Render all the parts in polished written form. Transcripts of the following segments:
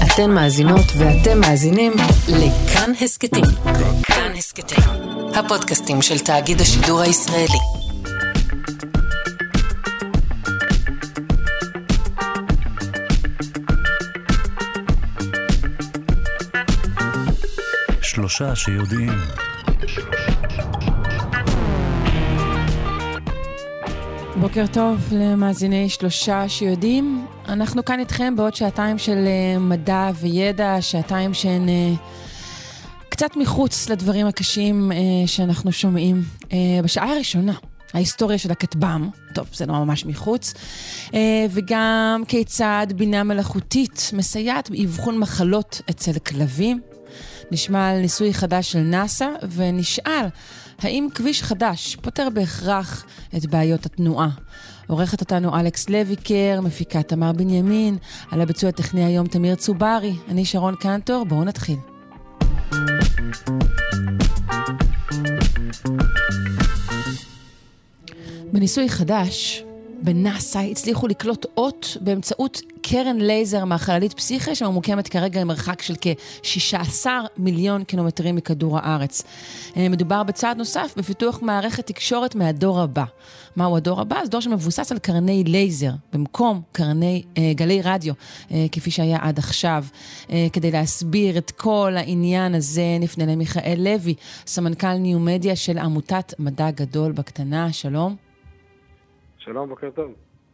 אתן מאזינות ואתם מאזינים לכאן הסקטים. כאן הסקטים, הפודקאסטים של תאגיד השידור הישראלי. שלושה שיודעים. בוקר טוב למאזיני שלושה שיודעים. אנחנו כאן איתכם בעוד שעתיים של מדע וידע, שעתיים שהן קצת מחוץ לדברים הקשים שאנחנו שומעים. בשעה הראשונה, ההיסטוריה של הכתב"ם, טוב, זה לא ממש מחוץ, וגם כיצד בינה מלאכותית מסייעת באבחון מחלות אצל כלבים. נשמע על ניסוי חדש של נאסא, ונשאל האם כביש חדש פותר בהכרח את בעיות התנועה. עורכת אותנו אלכס לויקר, מפיקה תמר בנימין, על הביצוע הטכני היום תמיר צוברי, אני שרון קנטור, בואו נתחיל. בניסוי חדש, בנאסא הצליחו לקלוט אות באמצעות קרן לייזר מהחללית פסיכה שממוקמת כרגע למרחק של כ-16 מיליון קילומטרים מכדור הארץ. מדובר בצעד נוסף בפיתוח מערכת תקשורת מהדור הבא. מהו הדור הבא? זה דור שמבוסס על קרני לייזר במקום קרני גלי רדיו כפי שהיה עד עכשיו. כדי להסביר את כל העניין הזה נפנה למיכאל לוי, סמנכ"ל ניו-מדיה של עמותת מדע גדול בקטנה. שלום. שלום, בוקר טוב.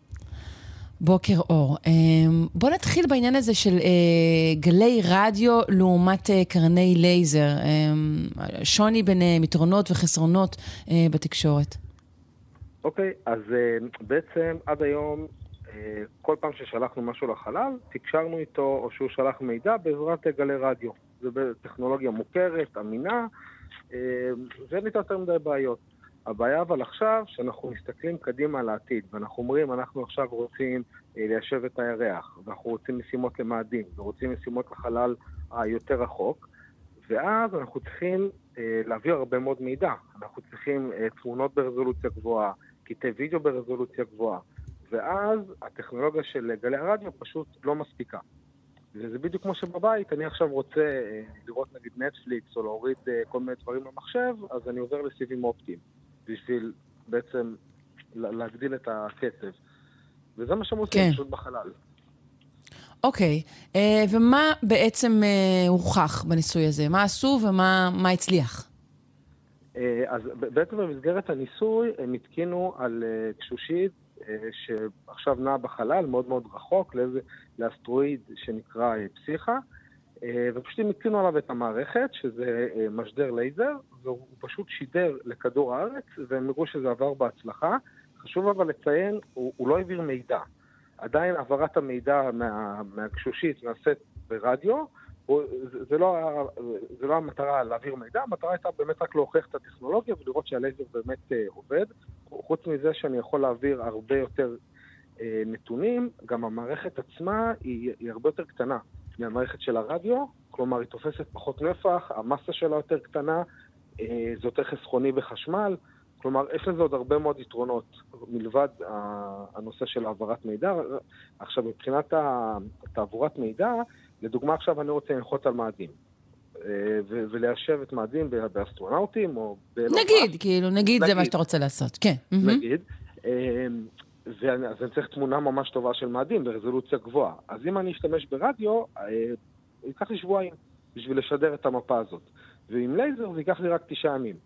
בוקר אור. בוא נתחיל בעניין הזה של גלי רדיו לעומת קרני לייזר. שוני בין יתרונות וחסרונות בתקשורת. אוקיי, אז בעצם עד היום, כל פעם ששלחנו משהו לחלל, תקשרנו איתו או שהוא שלח מידע בעזרת גלי רדיו. זו טכנולוגיה מוכרת, אמינה, ואין לי יותר מדי בעיות. הבעיה אבל עכשיו שאנחנו מסתכלים קדימה לעתיד, ואנחנו אומרים, אנחנו עכשיו רוצים ליישב את הירח, ואנחנו רוצים משימות למאדים, ורוצים משימות לחלל היותר רחוק, ואז אנחנו צריכים להעביר הרבה מאוד מידע. אנחנו צריכים תמונות ברזולוציה גבוהה, קטעי וידאו ברזולוציה גבוהה, ואז הטכנולוגיה של גלי הרדיו פשוט לא מספיקה. וזה בדיוק כמו שבבית, אני עכשיו רוצה לראות נגיד נטפליקס, או להוריד כל מיני דברים למחשב, אז אני עובר לסיבים אופטיים. בשביל בעצם להגדיל את הקצב. וזה מה שהם עושים, פשוט בחלל. אוקיי, ומה בעצם הוכח בניסוי הזה? מה עשו ומה הצליח? אז בעצם במסגרת הניסוי הם התקינו על קשושית שעכשיו נע בחלל מאוד מאוד רחוק לאסטרואיד שנקרא פסיכה, ופשוט הם התקינו עליו את המערכת, שזה משדר לייזר, והוא פשוט שידר לכדור הארץ, והם הראו שזה עבר בהצלחה. חשוב אבל לציין, הוא לא העביר מידע. עדיין העברת המידע מהקשושית נעשית ברדיו, זה לא המטרה להעביר מידע, המטרה הייתה באמת רק להוכיח את הטכנולוגיה, ולראות שהלייזר באמת עובד. חוץ מזה שאני יכול להעביר הרבה יותר נתונים, גם המערכת עצמה היא הרבה יותר קטנה. מהמערכת של הרדיו, כלומר היא תופסת פחות נפח, המסה שלה יותר קטנה, זה יותר חסכוני בחשמל, כלומר יש לזה עוד הרבה מאוד יתרונות מלבד הנושא של העברת מידע. עכשיו מבחינת תעבורת מידע, לדוגמה עכשיו אני רוצה לנחות על מאדים, וליישב את מאדים באסטרונאוטים או נגיד זה מה שאתה רוצה לעשות, כן. נגיד, אז אני צריך תמונה ממש טובה של מאדים ברזולוציה גבוהה. אז אם אני אשתמש ברדיו, ייקח לי שבועיים בשביל לשדר את המפה הזאת. ועם לייזר זה ייקח לי רק 9 ימים.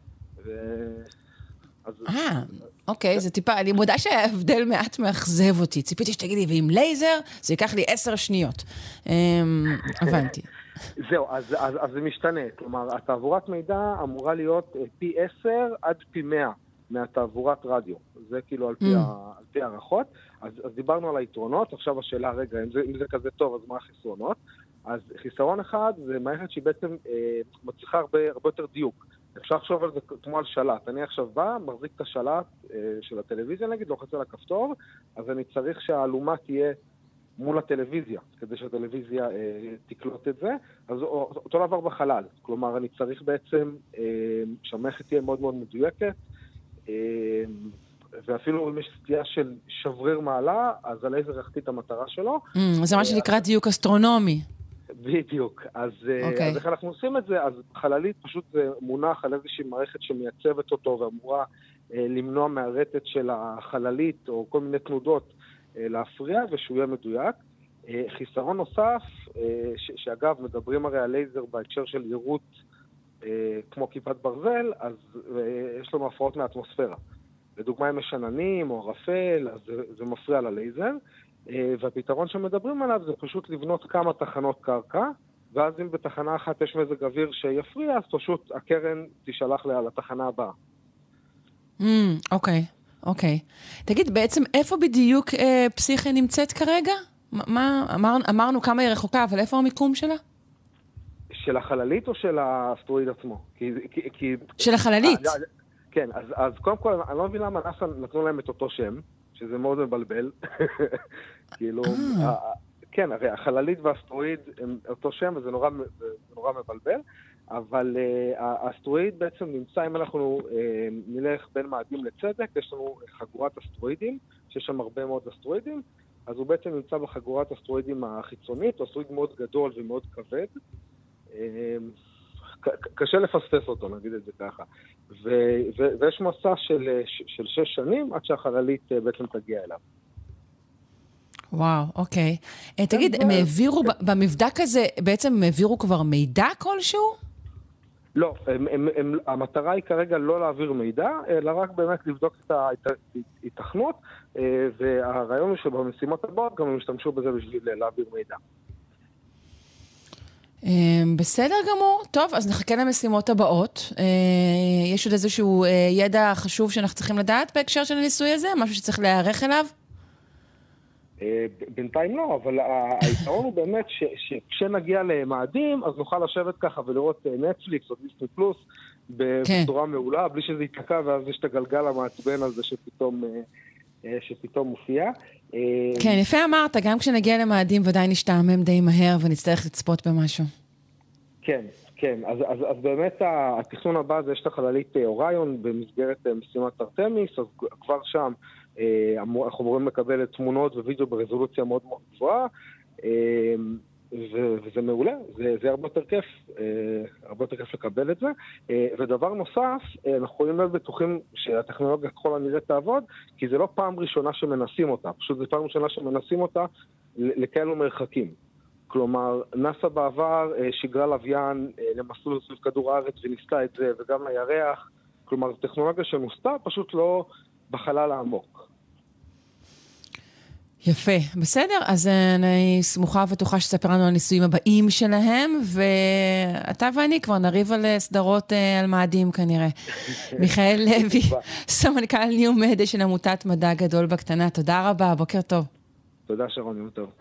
אוקיי, זה טיפה, אני מודה שההבדל מעט מאכזב אותי. ציפיתי שתגידי, ועם לייזר זה ייקח לי 10 שניות. הבנתי. זהו, אז זה משתנה. כלומר, התעבורת מידע אמורה להיות פי 10 עד פי 100. מהתעבורת רדיו. זה כאילו על פי הערכות. אז דיברנו על היתרונות, עכשיו השאלה, רגע, אם זה כזה טוב, אז מה החסרונות? אז חיסרון אחד זה מערכת שהיא בעצם מצליחה הרבה יותר דיוק. אפשר לחשוב על זה כמו על שלט. אני עכשיו בא, מחזיק את השלט של הטלוויזיה, נגיד, לוחץ על הכפתור, אז אני צריך שהאלומה תהיה מול הטלוויזיה, כדי שהטלוויזיה תקלוט את זה. אז אותו דבר בחלל. כלומר, אני צריך בעצם שהמערכת תהיה מאוד מאוד מדויקת, ואפילו אם יש סטייה של שבריר מעלה, אז הלייזר יחטיא את המטרה שלו. זה מה שנקרא דיוק אסטרונומי. בדיוק. אז איך אנחנו עושים את זה? אז חללית פשוט זה מונח על איזושהי מערכת שמייצבת אותו ואמורה למנוע מהרטט של החללית או כל מיני תנודות להפריע ושהוא יהיה מדויק. חיסרון נוסף, שאגב מדברים הרי על לייזר בהקשר של יירוט כמו כיפת ברזל, אז יש לנו הפרעות מהאטמוספירה. לדוגמה, אם יש עננים או ערפל, אז זה מפריע ללייזר. והפתרון שמדברים עליו זה פשוט לבנות כמה תחנות קרקע, ואז אם בתחנה אחת יש מזג אוויר שיפריע, אז פשוט הקרן תשלח לתחנה הבאה. אוקיי. תגיד, בעצם איפה בדיוק פסיכה נמצאת כרגע? אמרנו כמה היא רחוקה, אבל איפה המיקום שלה? של החללית או של האסטרואיד עצמו? של החללית. כן, אז קודם כל, אני לא מבין למה נאס"א נתנו להם את אותו שם, שזה מאוד מבלבל. כאילו, כן, הרי החללית והאסטרואיד הם אותו שם, וזה נורא מבלבל, אבל האסטרואיד בעצם נמצא, אם אנחנו נלך בין מאדים לצדק, יש לנו חגורת אסטרואידים, שיש שם הרבה מאוד אסטרואידים, אז הוא בעצם נמצא בחגורת אסטרואידים החיצונית, הוא אסטרואיד מאוד גדול ומאוד כבד, קשה לפספס אותו, נגיד את זה ככה. ויש מסע של 6 שנים עד שהחללית בעצם תגיע אליו. וואו, אוקיי. תגיד, הם העבירו, במבדק הזה, בעצם הם העבירו כבר מידע כלשהו? לא, המטרה היא כרגע לא להעביר מידע, אלא רק באמת לבדוק את ההיתכנות, והרעיון הוא שבמשימות הבאות גם הם השתמשו בזה בשביל להעביר מידע. בסדר גמור. טוב, אז נחכה למשימות הבאות. יש עוד איזשהו ידע חשוב שאנחנו צריכים לדעת בהקשר של הניסוי הזה? משהו שצריך להיערך אליו? בינתיים לא, אבל היתרון הוא באמת שכשנגיע למאדים, אז נוכל לשבת ככה ולראות נטפליקס או דיסני פלוס בצורה מעולה, בלי שזה יתקע, ואז יש את הגלגל המעצבן הזה שפתאום מופיע. כן, יפה אמרת, גם כשנגיע למאדים ודאי נשתעמם די מהר ונצטרך לצפות במשהו. כן, אז באמת התכנון הבא זה יש את החללית אוריון במסגרת משימת ארטמיס, אז כבר שם אנחנו אמורים לקבל תמונות ווידאו ברזולוציה מאוד מאוד גבוהה, וזה מעולה, זה הרבה יותר כיף לקבל את זה. ודבר נוסף, אנחנו יכולים להיות בטוחים שהטכנולוגיה ככל הנראה תעבוד, כי זה לא פעם ראשונה שמנסים אותה, פשוט זה פעם ראשונה שמנסים אותה לכאלו מרחקים. כלומר, נאס"א בעבר שיגרה לוויין למסלול סביב כדור הארץ וניסתה את זה, וגם לירח. כלומר, טכנולוגיה שנוסתה פשוט לא בחלל העמוק. יפה, בסדר. אז אני סמוכה ובטוחה שתספר לנו על הניסויים הבאים שלהם, ואתה ואני כבר נריב על סדרות על מאדים כנראה. מיכאל לוי, סמנכ"ל ניו-מדיה של עמותת מדע גדול בקטנה. תודה רבה, בוקר טוב. תודה שרון, יום טוב.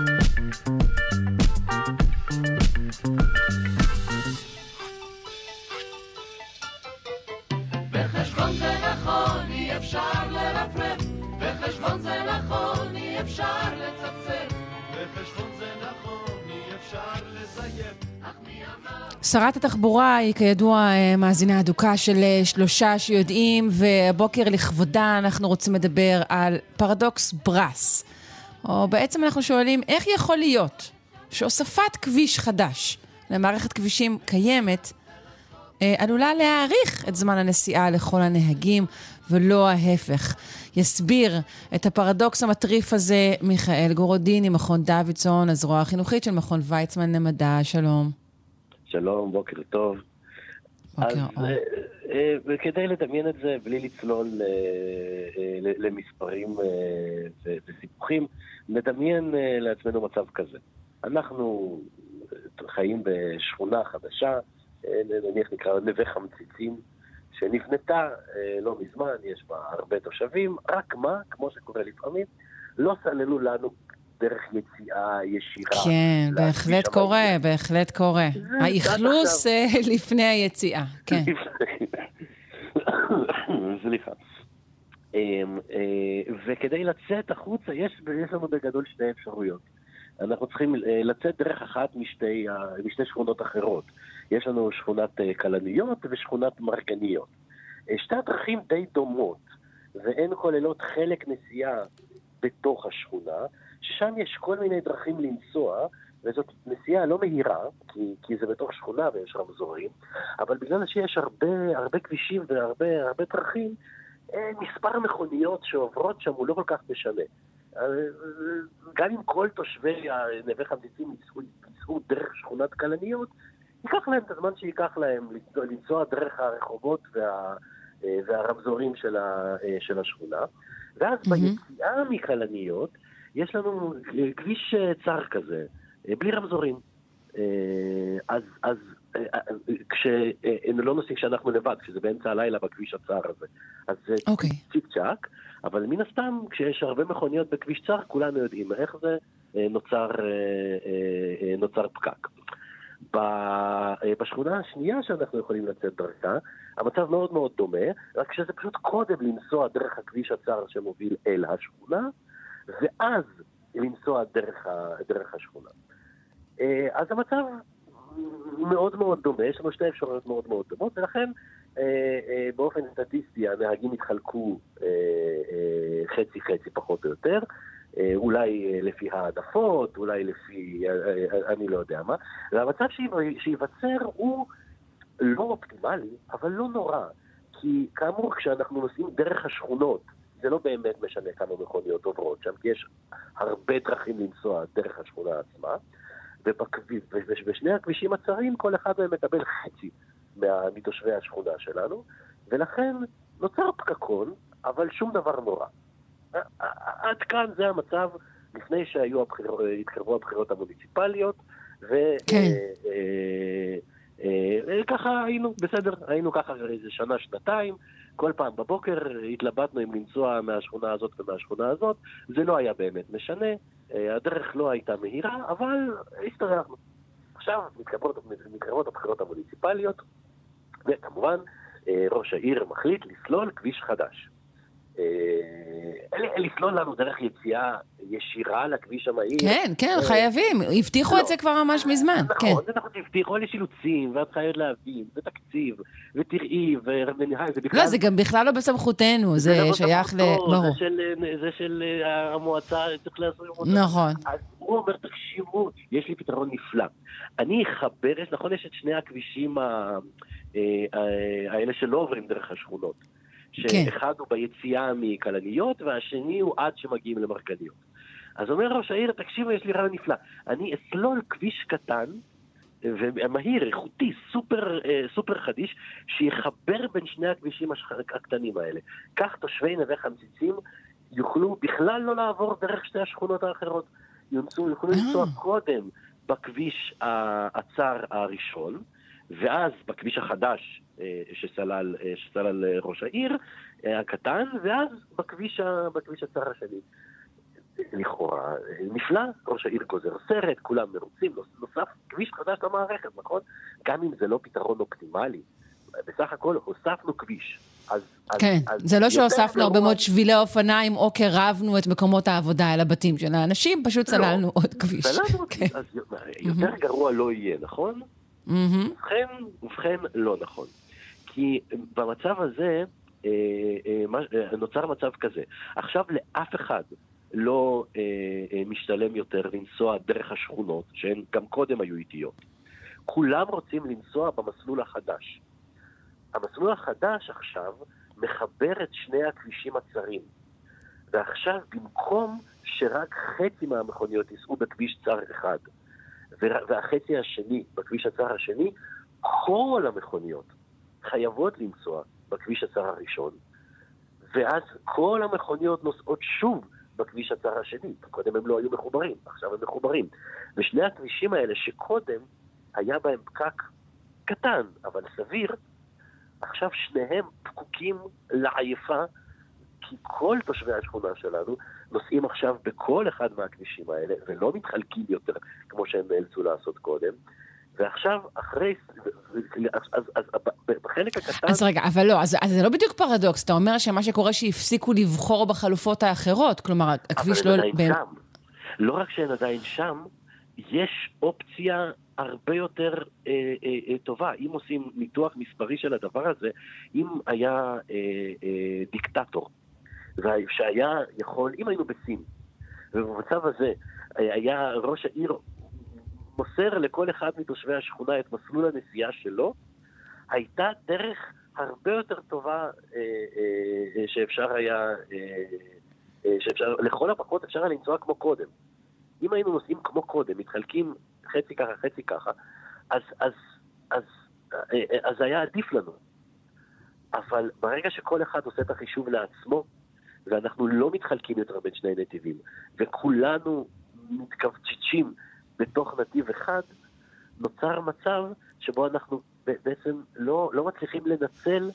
בחשבון זה נכון, אי אפשר לרפרף, בחשבון זה נכון, אי אפשר לצפצף, בחשבון זה נכון, אי אפשר לזייף, אך מי אמר... שרת התחבורה היא כידוע מאזינה אדוקה של 3 שיודעים, והבוקר לכבודה אנחנו רוצים לדבר על פרדוקס ברס. או בעצם אנחנו שואלים איך יכול להיות שהוספת כביש חדש למערכת כבישים קיימת עלולה להאריך את זמן הנסיעה לכל הנהגים ולא ההפך. יסביר את הפרדוקס המטריף הזה מיכאל גורודיני, מכון דוידסון, הזרוע החינוכית של מכון ויצמן למדע. שלום. שלום, בוקר טוב. בוקר אור. וכדי לדמיין את זה בלי לצלול למספרים וסיפוחים, נדמיין לעצמנו מצב כזה. אנחנו חיים בשכונה חדשה, נניח נקרא נווה חמציצים, שנבנתה לא מזמן, יש בה הרבה תושבים, רק מה, כמו שקורה לפעמים, לא סללו לנו דרך יציאה ישירה. כן, בהחלט קורה, בהחלט קורה. האכלוס לפני היציאה, כן. סליחה. וכדי לצאת החוצה, יש לנו בגדול 2 אפשרויות. אנחנו צריכים לצאת דרך אחת משתי שכונות אחרות. יש לנו שכונת כלניות ושכונת מרגניות. 2 הדרכים די דומות, והן כוללות חלק נסיעה בתוך השכונה, ששם יש כל מיני דרכים לנסוע, וזאת נסיעה לא מהירה, כי זה בתוך שכונה ויש רמזורים, אבל בגלל שיש הרבה כבישים והרבה דרכים, מספר המכוניות שעוברות שם הוא לא כל כך משנה. גם אם כל תושבי נווה חמציצים ייסעו דרך שכונת כלניות, ייקח להם את הזמן שייקח להם לנסוע דרך הרחובות והרמזורים של השכונה. ואז ביציאה מכלניות יש לנו כביש צר כזה, בלי רמזורים. אז לא נוסעים כשאנחנו לבד, כשזה באמצע הלילה בכביש הצר הזה. אז זה צ'יק צ'ק, אבל מן הסתם, כשיש הרבה מכוניות בכביש צר, כולנו יודעים איך זה נוצר פקק. בשכונה השנייה שאנחנו יכולים לצאת דרכה, המצב מאוד מאוד דומה, רק שזה פשוט קודם לנסוע דרך הכביש הצר שמוביל אל השכונה, ואז לנסוע דרך השכונה. אז המצב מאוד מאוד דומה, יש לנו שתי אפשרויות מאוד מאוד דומות, ולכן באופן סטטיסטי הנהגים התחלקו חצי פחות או יותר, אולי לפי העדפות, אולי לפי, אני לא יודע מה, והמצב שיווצר הוא לא אופטימלי, אבל לא נורא, כי כאמור כשאנחנו נוסעים דרך השכונות, זה לא באמת משנה כמה מכוניות עוברות שם, כי יש הרבה דרכים לנסוע דרך השכונה עצמה, ובשני הכבישים הצרים כל אחד מהם מקבל חצי מתושבי השכונה שלנו, ולכן נוצר פקקון, אבל שום דבר נורא. עד כאן זה המצב לפני התקרבו הבחירות המוניציפליות, וככה היינו בסדר, היינו ככה איזה שנה, שנתיים, כל פעם בבוקר התלבטנו אם לנסוע מהשכונה הזאת ומהשכונה הזאת, זה לא היה באמת משנה, הדרך לא הייתה מהירה, אבל הסתדרנו. עכשיו מתקרבות הבחירות המוניציפליות, וכמובן ראש העיר מחליט לסלול כביש חדש. לסלול לנו דרך יציאה ישירה לכביש המהיר. כן, חייבים. הבטיחו את זה כבר ממש מזמן. נכון, אנחנו הבטיחו על שילוצים, ואת חייבת להבין, ותקציב, ותראי, לא, זה גם בכלל לא בסמכותנו, זה שייך ברור. זה של המועצה, צריך לעשות... נכון. אז הוא אומר, תקשיבו, יש לי פתרון נפלא. אני אחבר, נכון, יש את שני הכבישים האלה שלא עוברים דרך השכונות. שאחד הוא ביציאה מכלניות, והשני הוא עד שמגיעים למרגליות. אז אומר ראש העיר, תקשיבו, יש לי רעיון נפלא. אני אסלול כביש קטן, ומהיר, איכותי, סופר חדיש, שיחבר בין שני הכבישים הקטנים האלה. כך תושבי נווה חמציצים יוכלו בכלל לא לעבור דרך שתי השכונות האחרות. יוכלו לנסוע קודם בכביש הצר הראשון, ואז בכביש החדש שסלל ראש העיר הקטן, ואז בכביש הצר השני. לכאורה נפלא, ראש העיר גוזר סרט, כולם מרוצים, נוסף כביש חדש למערכת, נכון? גם אם זה לא פתרון אופטימלי, בסך הכל הוספנו כביש. כן, זה לא שהוספנו הרבה מאוד שבילי אופניים, או קרבנו את מקומות העבודה אל הבתים של האנשים, פשוט סללנו עוד כביש. סללנו עוד כביש, אז יותר גרוע לא יהיה, נכון? ובכן לא נכון. כי במצב הזה נוצר מצב כזה. עכשיו לאף אחד לא משתלם יותר לנסוע דרך השכונות, שהן גם קודם היו איטיות. כולם רוצים לנסוע במסלול החדש. המסלול החדש עכשיו מחבר את שני הכבישים הצרים. ועכשיו במקום שרק חצי מהמכוניות ייסעו בכביש צר אחד, והחצי השני, בכביש הצר השני, כל המכוניות חייבות לנסוע בכביש הצר הראשון, ואז כל המכוניות נוסעות שוב בכביש הצר השני. קודם הם לא היו מחוברים, עכשיו הם מחוברים. ושני הכבישים האלה שקודם היה בהם פקק קטן, אבל סביר, עכשיו שניהם פקוקים לעייפה, כי כל תושבי השכונה שלנו נוסעים עכשיו בכל אחד מהכבישים האלה, ולא מתחלקים יותר כמו שהם נאלצו לעשות קודם. ועכשיו, אחרי... אז בחלק הקטן... אז רגע, אבל לא, אז זה לא בדיוק פרדוקס. אתה אומר שמה שקורה שהפסיקו לבחור בחלופות האחרות, כלומר, הכביש לא... אבל הן עדיין שם. לא רק שהן עדיין שם, יש אופציה הרבה יותר טובה. אם עושים ניתוח מספרי של הדבר הזה, אם היה דיקטטור, שהיה יכול, אם היינו בסין, ובמצב הזה היה ראש העיר מוסר לכל אחד מתושבי השכונה את מסלול הנסיעה שלו, הייתה דרך הרבה יותר טובה שאפשר היה, לכל הפחות אפשר היה לנסוע כמו קודם. אם היינו נוסעים כמו קודם, מתחלקים חצי ככה, חצי ככה, אז היה עדיף לנו. אבל ברגע שכל אחד עושה את החישוב לעצמו, ואנחנו לא מתחלקים יותר בין שני נתיבים, וכולנו מתכווצ'צ'ים בתוך נתיב אחד, נוצר מצב שבו אנחנו בעצם לא מצליחים לנצל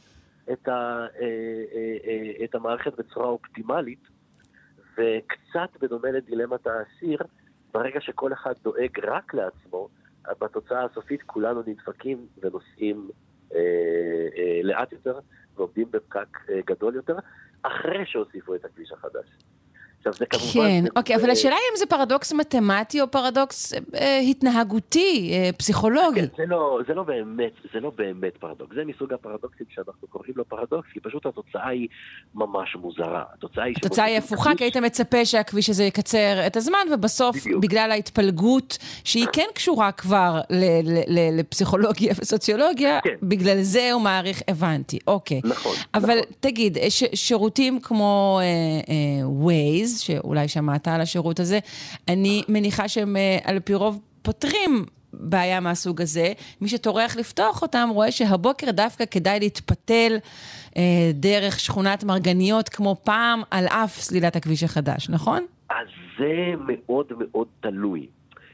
את המערכת בצורה אופטימלית, וקצת בדומה לדילמת האסיר, ברגע שכל אחד דואג רק לעצמו, בתוצאה הסופית כולנו נדפקים ונוסעים לאט יותר, ועובדים בפקק גדול יותר, אחרי שהוסיפו את הכביש החדש. עכשיו זה כמובן... כן, אוקיי, אבל השאלה היא אם זה פרדוקס מתמטי או פרדוקס התנהגותי, פסיכולוגי. זה לא באמת פרדוקס. זה מסוג הפרדוקסים שאנחנו קוראים לו פרדוקס, כי פשוט התוצאה היא ממש מוזרה. התוצאה היא הפוכה, כי היית מצפה שהכביש הזה יקצר את הזמן, ובסוף, בגלל ההתפלגות, שהיא כן קשורה כבר לפסיכולוגיה וסוציולוגיה, בגלל זה הוא מעריך, הבנתי, אוקיי. נכון. אבל תגיד, שירותים כמו Waze, שאולי שמעת על השירות הזה, אני מניחה שהם על פי רוב פותרים בעיה מהסוג הזה. מי שטורח לפתוח אותם רואה שהבוקר דווקא כדאי להתפתל דרך שכונת מרגניות כמו פעם על אף סלילת הכביש החדש, נכון? אז זה מאוד מאוד תלוי.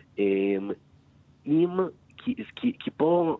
כי פה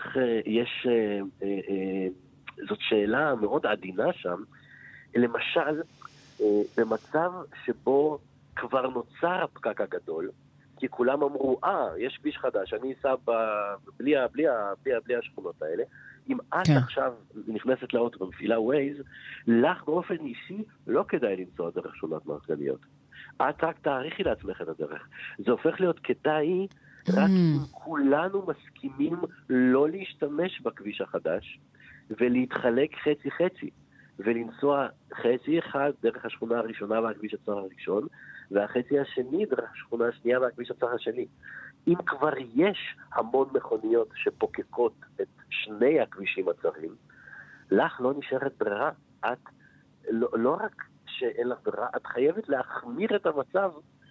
זאת שאלה מאוד עדינה שם. למשל, במצב שבו כבר נוצר הפקק הגדול, כי כולם אמרו, יש כביש חדש, אני אסע בלי השכונות האלה. אם את עכשיו נכנסת לאוטו ומפעילה Waze, לך באופן אישי לא כדאי לנסוע דרך שכונות מרגליות. את רק תאריכי לעצמך את הדרך. זה הופך להיות כדאי, רק אם כולנו מסכימים לא להשתמש בכביש החדש, ולהתחלק חצי-חצי. ולנסוע חצי אחד דרך השכונה הראשונה והכביש הצר הראשון, והחצי השני דרך השכונה השנייה והכביש הצר השני. אם כבר יש המון מכוניות שפוקקות את שני הכבישים הצרים, לך לא נשארת ברירה. את לא רק שאין לך ברירה, את חייבת להחמיר את המצב,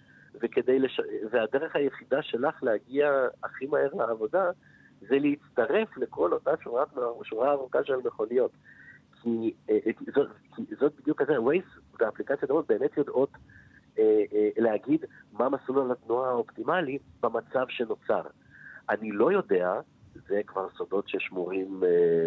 והדרך היחידה שלך להגיע הכי מהר לעבודה, זה להצטרף לכל אותה שורה ארוכה של מכוניות. כי זאת בדיוק כזה, Waze והאפליקציה דומות באמת יודעות להגיד מה מסלול התנועה האופטימלי במצב שנוצר. אני לא יודע, זה כבר סודות ששמורים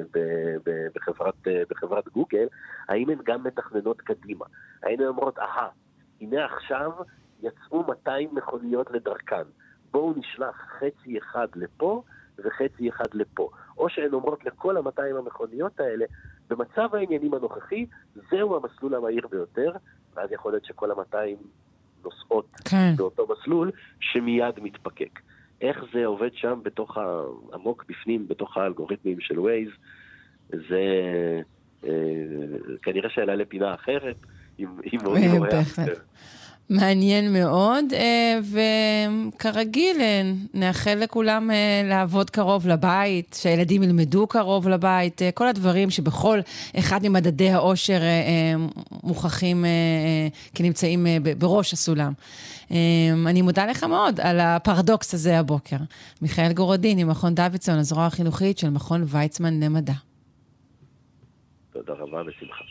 בחברת גוגל, האם הן גם מתכננות קדימה. האם הן אומרות, הנה עכשיו יצאו 200 מכוניות לדרכן, בואו נשלח חצי אחד לפה וחצי אחד לפה. או שהן אומרות לכל ה-200 המכוניות האלה, במצב העניינים הנוכחי, זהו המסלול המהיר ביותר, ואז יכול להיות שכל ה-200 נוסעות באותו מסלול, שמיד מתפקק. איך זה עובד שם בתוך העמוק בפנים, בתוך האלגוריתמים של Waze, זה כנראה שאלה לפינה אחרת, עם מאוד אורח. מעניין מאוד, וכרגיל נאחל לכולם לעבוד קרוב לבית, שהילדים ילמדו קרוב לבית, כל הדברים שבכל אחד ממדדי האושר מוכחים כי נמצאים בראש הסולם. אני מודה לך מאוד על הפרדוקס הזה הבוקר. מיכאל גורדין ממכון דוידסון, הזרוע החינוכית של מכון ויצמן למדע. תודה רבה, בשמחה.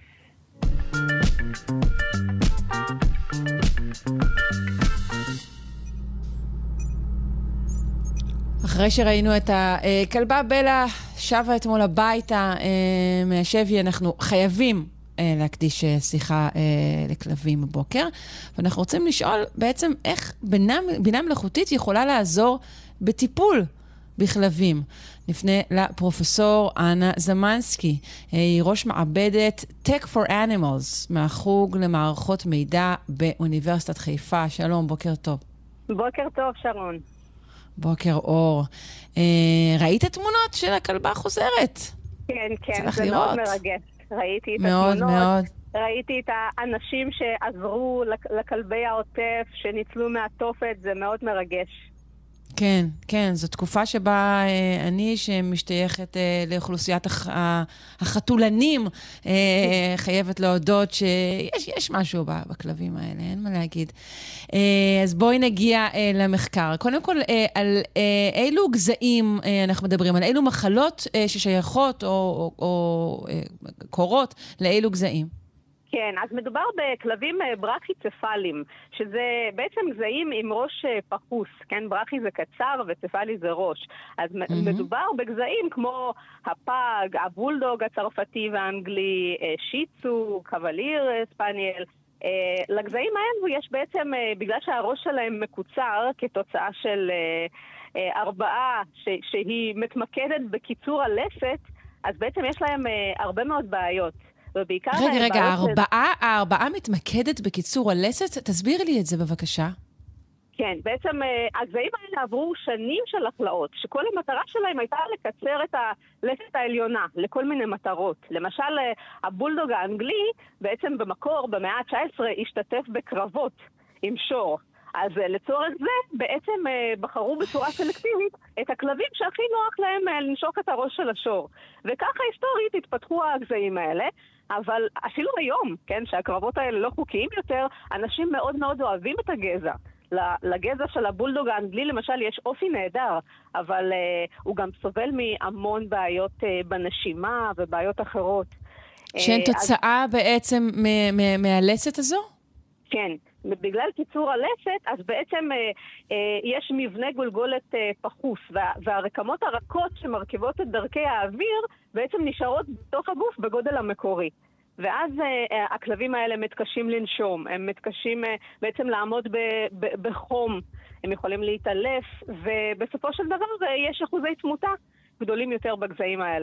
אחרי שראינו את הכלבה בלה שבה אתמול הביתה מהשבי, אנחנו חייבים להקדיש שיחה לכלבים בבוקר, ואנחנו רוצים לשאול בעצם איך בינה מלאכותית יכולה לעזור בטיפול בכלבים. נפנה לפרופסור אנה זמנסקי, היא ראש מעבדת Tech for Animals מהחוג למערכות מידע באוניברסיטת חיפה. שלום, בוקר טוב. בוקר טוב, שרון. בוקר אור. ראית תמונות של הכלבה חוזרת? כן, זה מאוד מרגש. ראיתי את התמונות. מאוד. ראיתי את האנשים שעזרו לכלבי העוטף, שניצלו מהתופת, זה מאוד מרגש. כן, כן, זו תקופה שבה אני, שמשתייכת לאוכלוסיית החתולנים, חייבת להודות שיש משהו בכלבים האלה, אין מה להגיד. אז בואי נגיע למחקר. קודם כל, על אילו גזעים אנחנו מדברים, על אילו מחלות ששייכות או קורות לאילו גזעים? כן, אז מדובר בכלבים ברכי-צפלים, שזה בעצם גזעים עם ראש פחוס, כן? ברכי זה קצר וצפלי זה ראש. אז מדובר בגזעים כמו הפג, הבולדוג הצרפתי והאנגלי, שיצו, קווליר, ספניאל. לגזעים האלו יש בעצם, בגלל שהראש שלהם מקוצר כתוצאה של ארבעה שהיא מתמקדת בקיצור הלסת, אז בעצם יש להם הרבה מאוד בעיות. רגע, הארבעה מתמקדת בקיצור הלסת? תסבירי לי את זה בבקשה. כן, בעצם הגזעים האלה עברו שנים של החלאות, שכל המטרה שלהם הייתה לקצר את הלסת העליונה לכל מיני מטרות. למשל, הבולדוג האנגלי בעצם במקור, במאה ה-19, השתתף בקרבות עם שור. אז לצורך זה בעצם בחרו בצורה סלקטיבית את הכלבים שהכי נוח להם לנשוק את הראש של השור. וככה היסטורית התפתחו הגזעים האלה, אבל אפילו היום, כן, שהקרבות האלה לא חוקיים יותר, אנשים מאוד מאוד אוהבים את הגזע. לגזע של הבולדוג האנגלי למשל יש אופי נהדר, אבל הוא גם סובל מהמון בעיות בנשימה ובעיות אחרות. שהן תוצאה בעצם מהלסת הזו? כן, בגלל קיצור הלסת, אז בעצם יש מבנה גולגולת פחוס, והרקמות הרכות שמרכיבות את דרכי האוויר בעצם נשארות בתוך הגוף בגודל המקורי. ואז הכלבים האלה מתקשים לנשום, הם מתקשים בעצם לעמוד בחום, הם יכולים להתעלף, ובסופו של דבר יש אחוזי תמותה גדולים יותר בגזעים האלה.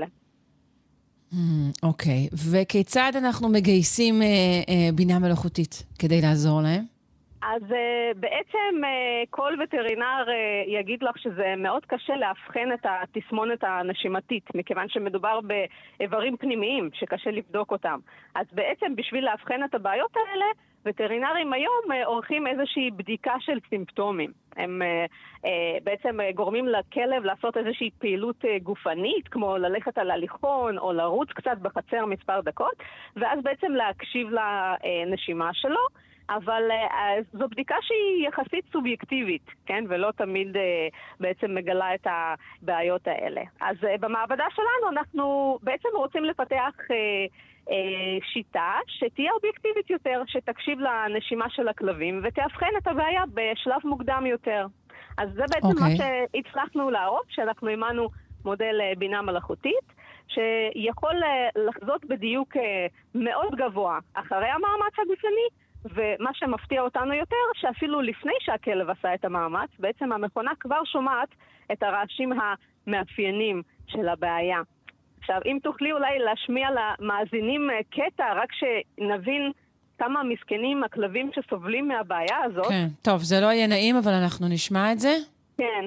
אוקיי, וכיצד אנחנו מגייסים בינה מלאכותית כדי לעזור להם? אז בעצם כל וטרינר יגיד לך שזה מאוד קשה להבחן את התסמונת הנשימתית, מכיוון שמדובר באיברים פנימיים שקשה לבדוק אותם. אז בעצם בשביל להבחן את הבעיות האלה, וטרינרים היום עורכים איזושהי בדיקה של סימפטומים. הם בעצם גורמים לכלב לעשות איזושהי פעילות גופנית, כמו ללכת על הליכון או לרוץ קצת בחצר מספר דקות, ואז בעצם להקשיב לנשימה שלו. אבל זו בדיקה שהיא יחסית סובייקטיבית, כן? ולא תמיד בעצם מגלה את הבעיות האלה. אז במעבדה שלנו אנחנו בעצם רוצים לפתח שיטה שתהיה אובייקטיבית יותר, שתקשיב לנשימה של הכלבים ותאבחן את הבעיה בשלב מוקדם יותר. אז זה בעצם מה שהצלחנו להראות, שאנחנו אימנו מודל בינה מלאכותית, שיכול לחזות בדיוק מאוד גבוה אחרי המאמץ הגופני, ומה שמפתיע אותנו יותר, שאפילו לפני שהכלב עשה את המאמץ, בעצם המכונה כבר שומעת את הרעשים המאפיינים של הבעיה. עכשיו, אם תוכלי אולי להשמיע למאזינים קטע, רק שנבין כמה מסכנים הכלבים שסובלים מהבעיה הזאת. כן, טוב, זה לא יהיה נעים, אבל אנחנו נשמע את זה. כן.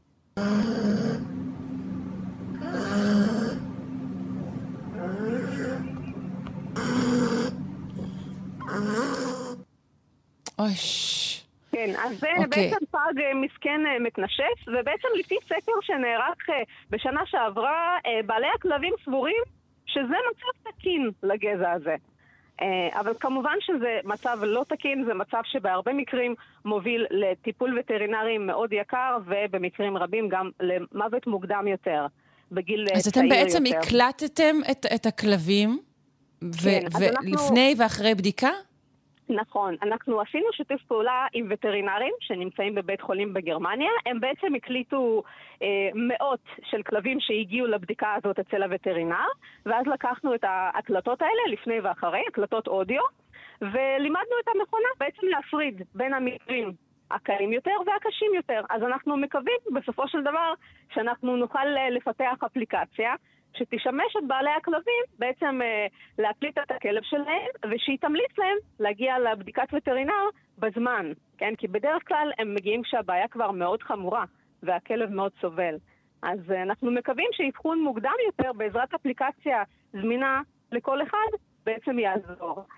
אוש. כן, אז זה בעצם פג מסכן מתנשף, ובעצם לפי סקר שנערך בשנה שעברה, בעלי הכלבים סבורים שזה מצב תקין לגזע הזה. אבל כמובן שזה מצב לא תקין, זה מצב שבהרבה מקרים מוביל לטיפול וטרינרי מאוד יקר, ובמקרים רבים גם למוות מוקדם יותר, בגיל צעיר יותר. אז אתם בעצם הקלטתם את הכלבים, ולפני ואחרי בדיקה? נכון, אנחנו עשינו שיתוף פעולה עם וטרינרים שנמצאים בבית חולים בגרמניה. הם בעצם הקליטו מאות של כלבים שהגיעו לבדיקה הזאת אצל הווטרינר, ואז לקחנו את ההקלטות האלה לפני ואחרי, הקלטות אודיו, ולימדנו את המכונה בעצם להפריד בין המקרים הקלים יותר והקשים יותר. אז אנחנו מקווים בסופו של דבר שאנחנו נוכל לפתח אפליקציה שתשמש את בעלי הכלבים בעצם להקליט את הכלב שלהם, ושהיא תמליץ להם להגיע לבדיקת וטרינר בזמן, כן? כי בדרך כלל הם מגיעים כשהבעיה כבר מאוד חמורה, והכלב מאוד סובל. אז אנחנו מקווים שאבחון מוקדם יותר בעזרת אפליקציה זמינה לכל אחד בעצם יעזור.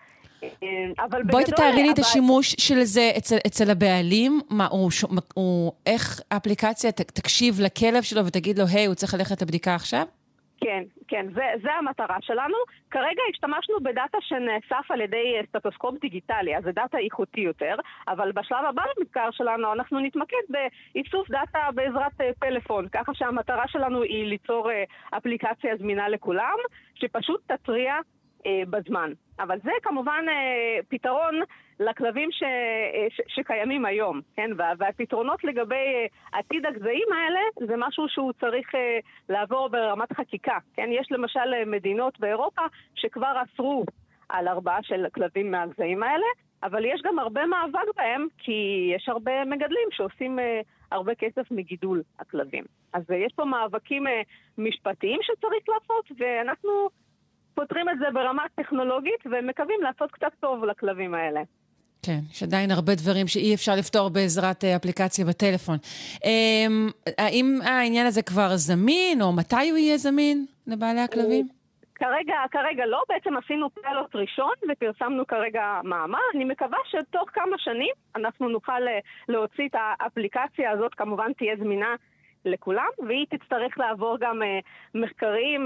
אבל בואי בגדול, תתארי לי את השימוש של זה אצל הבעלים, איך האפליקציה תקשיב לכלב שלו ותגיד לו, היי, הוא צריך ללכת לבדיקה עכשיו? כן, כן, זה המטרה שלנו. כרגע השתמשנו בדאטה שנאסף על ידי סטטוסקופ דיגיטלי, אז זה דאטה איכותי יותר, אבל בשלב הבא במחקר שלנו אנחנו נתמקד באיסוף דאטה בעזרת פלאפון, ככה שהמטרה שלנו היא ליצור אפליקציה זמינה לכולם, שפשוט תטריע בזמן. אבל זה כמובן פתרון לכלבים שקיימים היום, כן? והפתרונות לגבי עתיד הגזעים האלה זה משהו שהוא צריך לעבור ברמת חקיקה, כן? יש למשל מדינות באירופה שכבר אסרו על 4 של כלבים מהגזעים האלה, אבל יש גם הרבה מאבק בהם, כי יש הרבה מגדלים שעושים הרבה כסף מגידול הכלבים. אז יש פה מאבקים משפטיים שצריך לעשות, ואנחנו פותרים את זה ברמה טכנולוגית ומקווים לעשות קצת טוב לכלבים האלה. כן, יש עדיין הרבה דברים שאי אפשר לפתור בעזרת אפליקציה בטלפון. האם העניין הזה כבר זמין, או מתי הוא יהיה זמין לבעלי הכלבים? כרגע לא, בעצם עשינו פיילוט ראשון ופרסמנו כרגע מאמר. אני מקווה שתוך כמה שנים אנחנו נוכל להוציא את האפליקציה הזאת, כמובן תהיה זמינה לכולם, והיא תצטרך לעבור גם מחקרים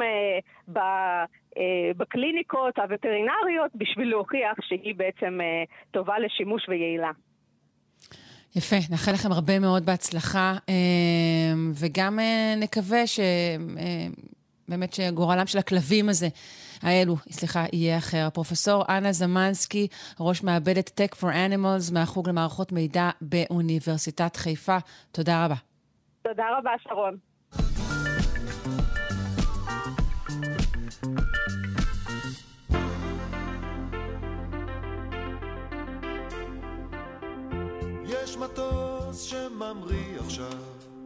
בקליניקות הווטרינריות בשביל להוכיח שהיא בעצם טובה לשימוש ויעילה. יפה, נאחל לכם הרבה מאוד בהצלחה, וגם נקווה באמת שגורלם של הכלבים יהיה אחר. פרופסור אנה זמנסקי, ראש מעבדת Tech for Animals מהחוג למערכות מידע באוניברסיטת חיפה. תודה רבה. תודה רבה, שרון. יש מטוס שממריא עכשיו,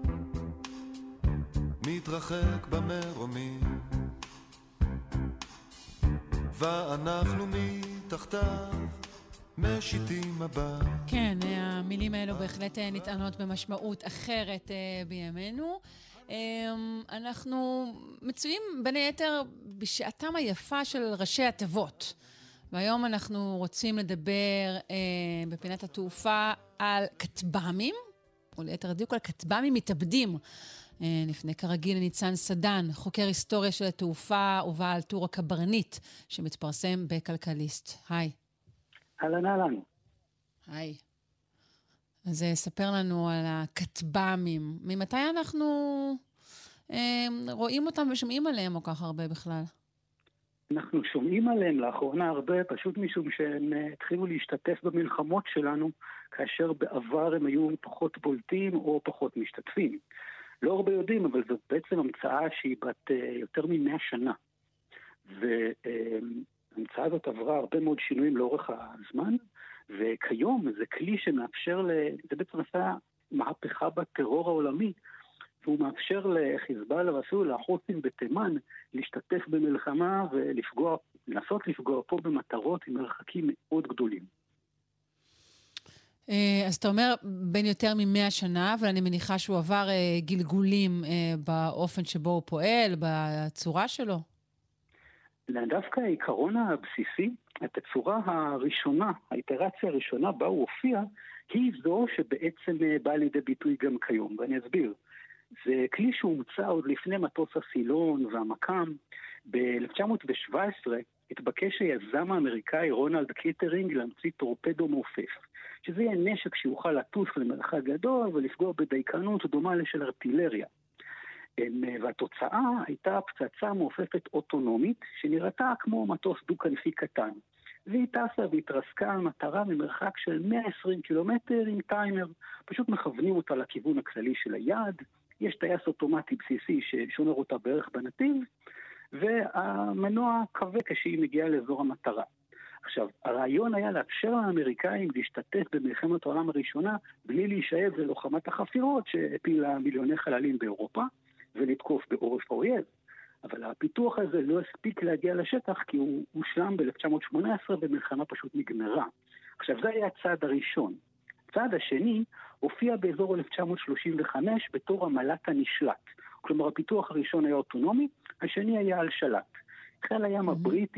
מתרחק במרומים, ואנחנו מתחתיו משיתים מבט. כן, המילים האלו בהחלט נטענות במשמעות אחרת בימינו. אנחנו מצויים בין היתר בשעתם היפה של ראשי התיבות. והיום אנחנו רוצים לדבר בפינת התעופה על כטב"מים, או ליתר דיוק על כטב"מים מתאבדים. לפני כרגיל ניצן סדן, חוקר היסטוריה של התעופה ובעל טור הקברניט, שמתפרסם בכלכליסט. היי. אהלן. היי. אז ספר לנו על הכטב"מים. ממתי אנחנו רואים אותם ושומעים עליהם או כך הרבה בכלל? אנחנו שומעים עליהם לאחרונה הרבה, פשוט משום שהם התחילו להשתתף במלחמות שלנו, כאשר בעבר הם היו פחות בולטים או פחות משתתפים. לא הרבה יודעים, אבל זאת בעצם המצאה שהיא בת יותר מ100 שנה. וההמצאה הזאת עברה הרבה מאוד שינויים לאורך הזמן, וכיום זה כלי שמאפשר, זה בעצם עשה מהפכה בטרור העולמי, והוא מאפשר לחיזבאללה ואפילו לחות'ים בתימן להשתתף במלחמה ולנסות לפגוע פה במטרות עם מרחקים מאוד גדולים. אז אתה אומר בין יותר מ100 שנה, אבל אני מניחה שהוא עבר גלגולים באופן שבו הוא פועל, בצורה שלו. דווקא העיקרון הבסיסי, התצורה הראשונה, האיטרציה הראשונה בה הוא הופיע, היא זו שבעצם באה לידי ביטוי גם כיום, ואני אסביר. זה כלי שהומצא עוד לפני מטוס הסילון והמקם. ב-1917 התבקש היזם האמריקאי רונלד קיטרינג להמציא טורפדו מעופף, שזה יהיה נשק שיוכל לטוס למרחק גדול ולפגוע בדייקנות דומה לשל ארטילריה. והתוצאה הייתה פצצה מעופפת אוטונומית שנראתה כמו מטוס דו-כנפי קטן. והיא טסה והתרסקה על מטרה ממרחק של 120 קילומטר עם טיימר. פשוט מכוונים אותה לכיוון הכללי של היעד. יש טייס אוטומטי בסיסי ששומר אותה בערך בנתיב, והמנוע קווה כשהיא מגיעה לאזור המטרה. עכשיו, הרעיון היה לאפשר לאמריקאים להשתתף במלחמת העולם הראשונה בלי להישאב ללוחמת החפירות שהפילה מיליוני חללים באירופה ולתקוף בעורף האויב. אבל הפיתוח הזה לא הספיק להגיע לשטח כי הוא הושלם ב-1918 ומלחמה פשוט נגמרה. עכשיו, זה היה הצעד הראשון. הצעד השני הופיע באזור 1935 בתור המל"ט הנשלט. כלומר, הפיתוח הראשון היה אוטונומי, השני היה על שלט. חיל הים הבריטי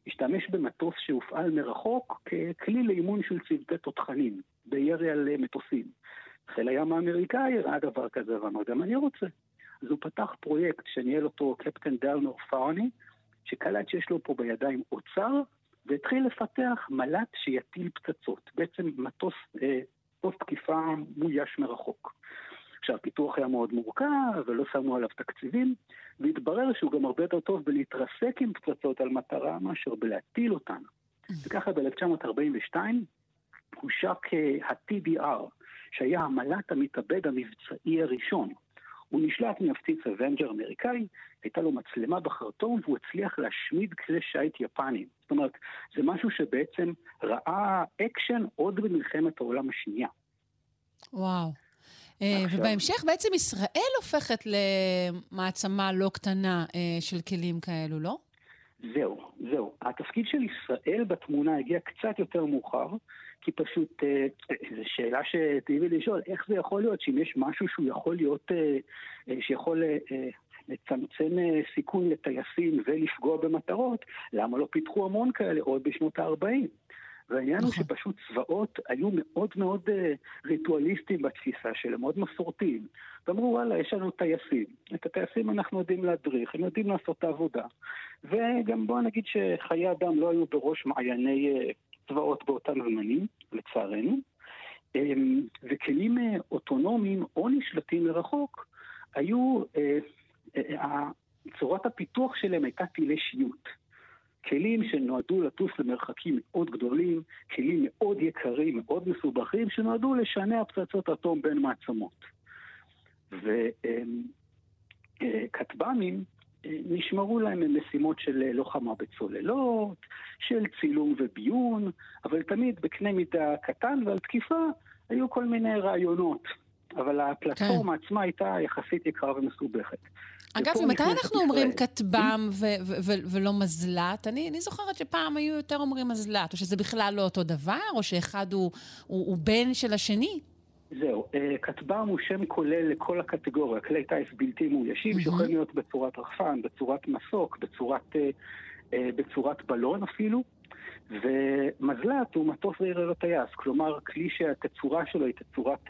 השתמש במטוס שהופעל מרחוק ככלי לאימון של צוותי תותחנים, בירי על מטוסים. חיל הים האמריקאי ראה דבר כזה ואמר, גם אני רוצה. אז הוא פתח פרויקט שניהל אותו קפטן דלנור פארני, שקלט שיש לו פה בידיים אוצר, והתחיל לפתח מל"ט שיטיל פצצות. בעצם מטוס תקיפה מויש מרחוק. עכשיו, הפיתוח היה מאוד מורכב, ולא שמו עליו תקציבים, והתברר שהוא גם הרבה יותר טוב בלהתרסק עם פצצות על מטרה, מאשר בלהטיל אותן. וככה ב-1942 הושק ה-TDR, שהיה המל"ט המתאבד המבצעי הראשון. הוא נשלט ממפציץ אבנג'ר אמריקאי, הייתה לו מצלמה בחרטום, והוא הצליח להשמיד כלי שייט יפנים. זאת אומרת, זה משהו שבעצם ראה אקשן עוד במלחמת העולם השנייה. וואו. ובהמשך בעצם ישראל הופכת למעצמה לא קטנה של כלים כאלו, לא? זהו. התפקיד של ישראל בתמונה הגיע קצת יותר מאוחר, כי פשוט, זו שאלה שטבעי לשאול, איך זה יכול להיות שאם יש משהו שהוא יכול להיות, שיכול לצמצם סיכון לטייסים ולפגוע במטרות, למה לא פיתחו המון כאלה עוד בשנות ה-40? והעניין הוא שפשוט צבאות היו מאוד מאוד ריטואליסטיים בתפיסה שלהם, מאוד מסורתיים. ואמרו, וואלה, יש לנו טייסים. את הטייסים אנחנו יודעים להדריך, הם יודעים לעשות את העבודה. וגם בוא נגיד שחיי אדם לא היו בראש מעייני צבאות באותם זמנים, לצערנו. וכלים אוטונומיים או נשלטים לרחוק, היו, צורת הפיתוח שלהם הייתה טילי שיוט. כלים שנועדו לטוס למרחקים מאוד גדולים, כלים מאוד יקרים, מאוד מסובכים, שנועדו לשנע פצצות אטום בין מעצמות. וכטב"מים נשמרו להם משימות של לוחמה בצוללות, של צילום וביון, אבל תמיד בקנה מידה קטן, ועל תקיפה היו כל מיני רעיונות. אבל הפלטפורמה עצמה הייתה יחסית יקרה ומסובכת. אגב, ומתי אנחנו אומרים כטב"ם ולא מזל"ט? אני זוכרת שפעם היו יותר אומרים מזל"ט, או שזה בכלל לא אותו דבר, או שאחד הוא בן של השני? זהו, כטב"ם הוא שם כולל לכל הקטגוריה, כלי טייס בלתי מאוישים, שיכולים להיות בצורת רחפן, בצורת מסוק, בצורת בלון אפילו, ומזל"ט הוא מטוס זעיר ללא טייס, כלומר כלי שהתצורה שלו היא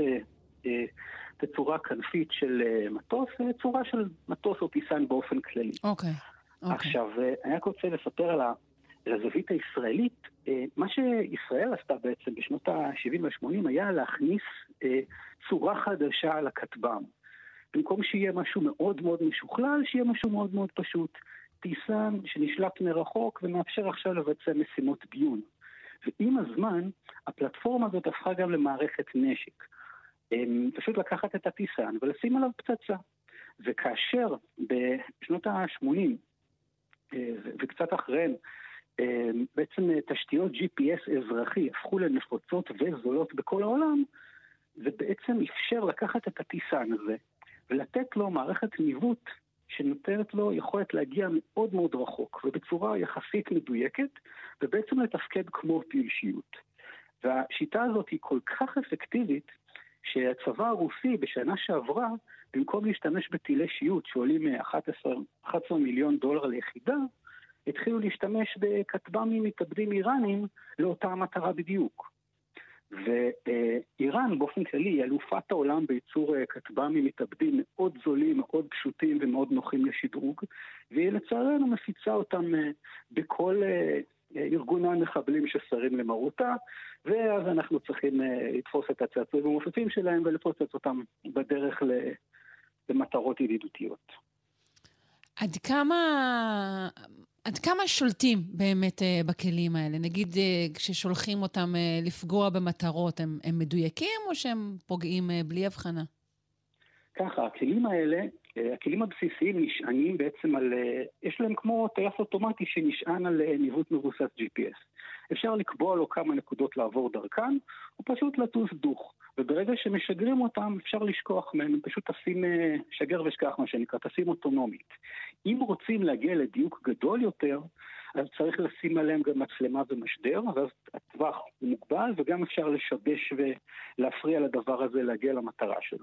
תצורה כנפית של מטוס, וצורה של מטוס או טיסן באופן כללי. אוקיי. עכשיו, אני רק רוצה לספר על הזווית הישראלית. מה שישראל עשתה בעצם בשנות ה-70 וה-80 היה להכניס צורה חדשה על הכטב"ם. במקום שיהיה משהו מאוד מאוד משוכלל, שיהיה משהו מאוד מאוד פשוט. טיסן שנשלט מרחוק ומאפשר עכשיו לבצע משימות ביון. ועם הזמן, הפלטפורמה הזאת הפכה גם למערכת נשק. פשוט לקחת את הטיסן ולשים עליו פצצה. וכאשר בשנות ה-80 וקצת אחריהם, בעצם תשתיות GPS אזרחי הפכו לנפוצות וזולות בכל העולם, זה בעצם אפשר לקחת את הטיסן הזה ולתת לו מערכת ניווט שנותנת לו יכולת להגיע מאוד מאוד רחוק ובצורה יחסית מדויקת, ובעצם לתפקד כמו טיל שיוט. והשיטה הזאת היא כל כך אפקטיבית שהצבא הרוסי בשנה שעברה, במקום להשתמש בטילי שיוט שעולים 11 מיליון דולר ליחידה, התחילו להשתמש בכטב"מים מתאבדים איראנים לאותה המטרה בדיוק. ואיראן באופן כללי היא אלופת העולם בייצור כטב"מים מתאבדים מאוד זולים, מאוד פשוטים ומאוד נוחים לשדרוג, והיא לצערנו מפיצה אותם בכל ארגוני המחבלים שסרים למרותה, ואז אנחנו צריכים לתפוס את הצעצועים המופצים שלהם ולפוצץ אותם בדרך למטרות ידידותיות. עד כמה שולטים באמת בכלים האלה? נגיד כששולחים אותם לפגוע במטרות, הם מדויקים או שהם פוגעים בלי הבחנה? ככה, הכלים האלה, הכלים הבסיסיים נשענים בעצם על, יש להם כמו טייס אוטומטי שנשען על ניווט מבוסס GPS. אפשר לקבוע לו כמה נקודות לעבור דרכן, או פשוט לטוס דוך. וברגע שמשגרים אותם, אפשר לשכוח מהם, פשוט תשים שגר ושכח מה שנקרא, תשים אוטונומית. אם רוצים להגיע לדיוק גדול יותר, אז צריך לשים עליהם גם מצלמה ומשדר, ואז הטווח הוא מוגבל, וגם אפשר לשבש ולהפריע לדבר הזה להגיע למטרה שלו.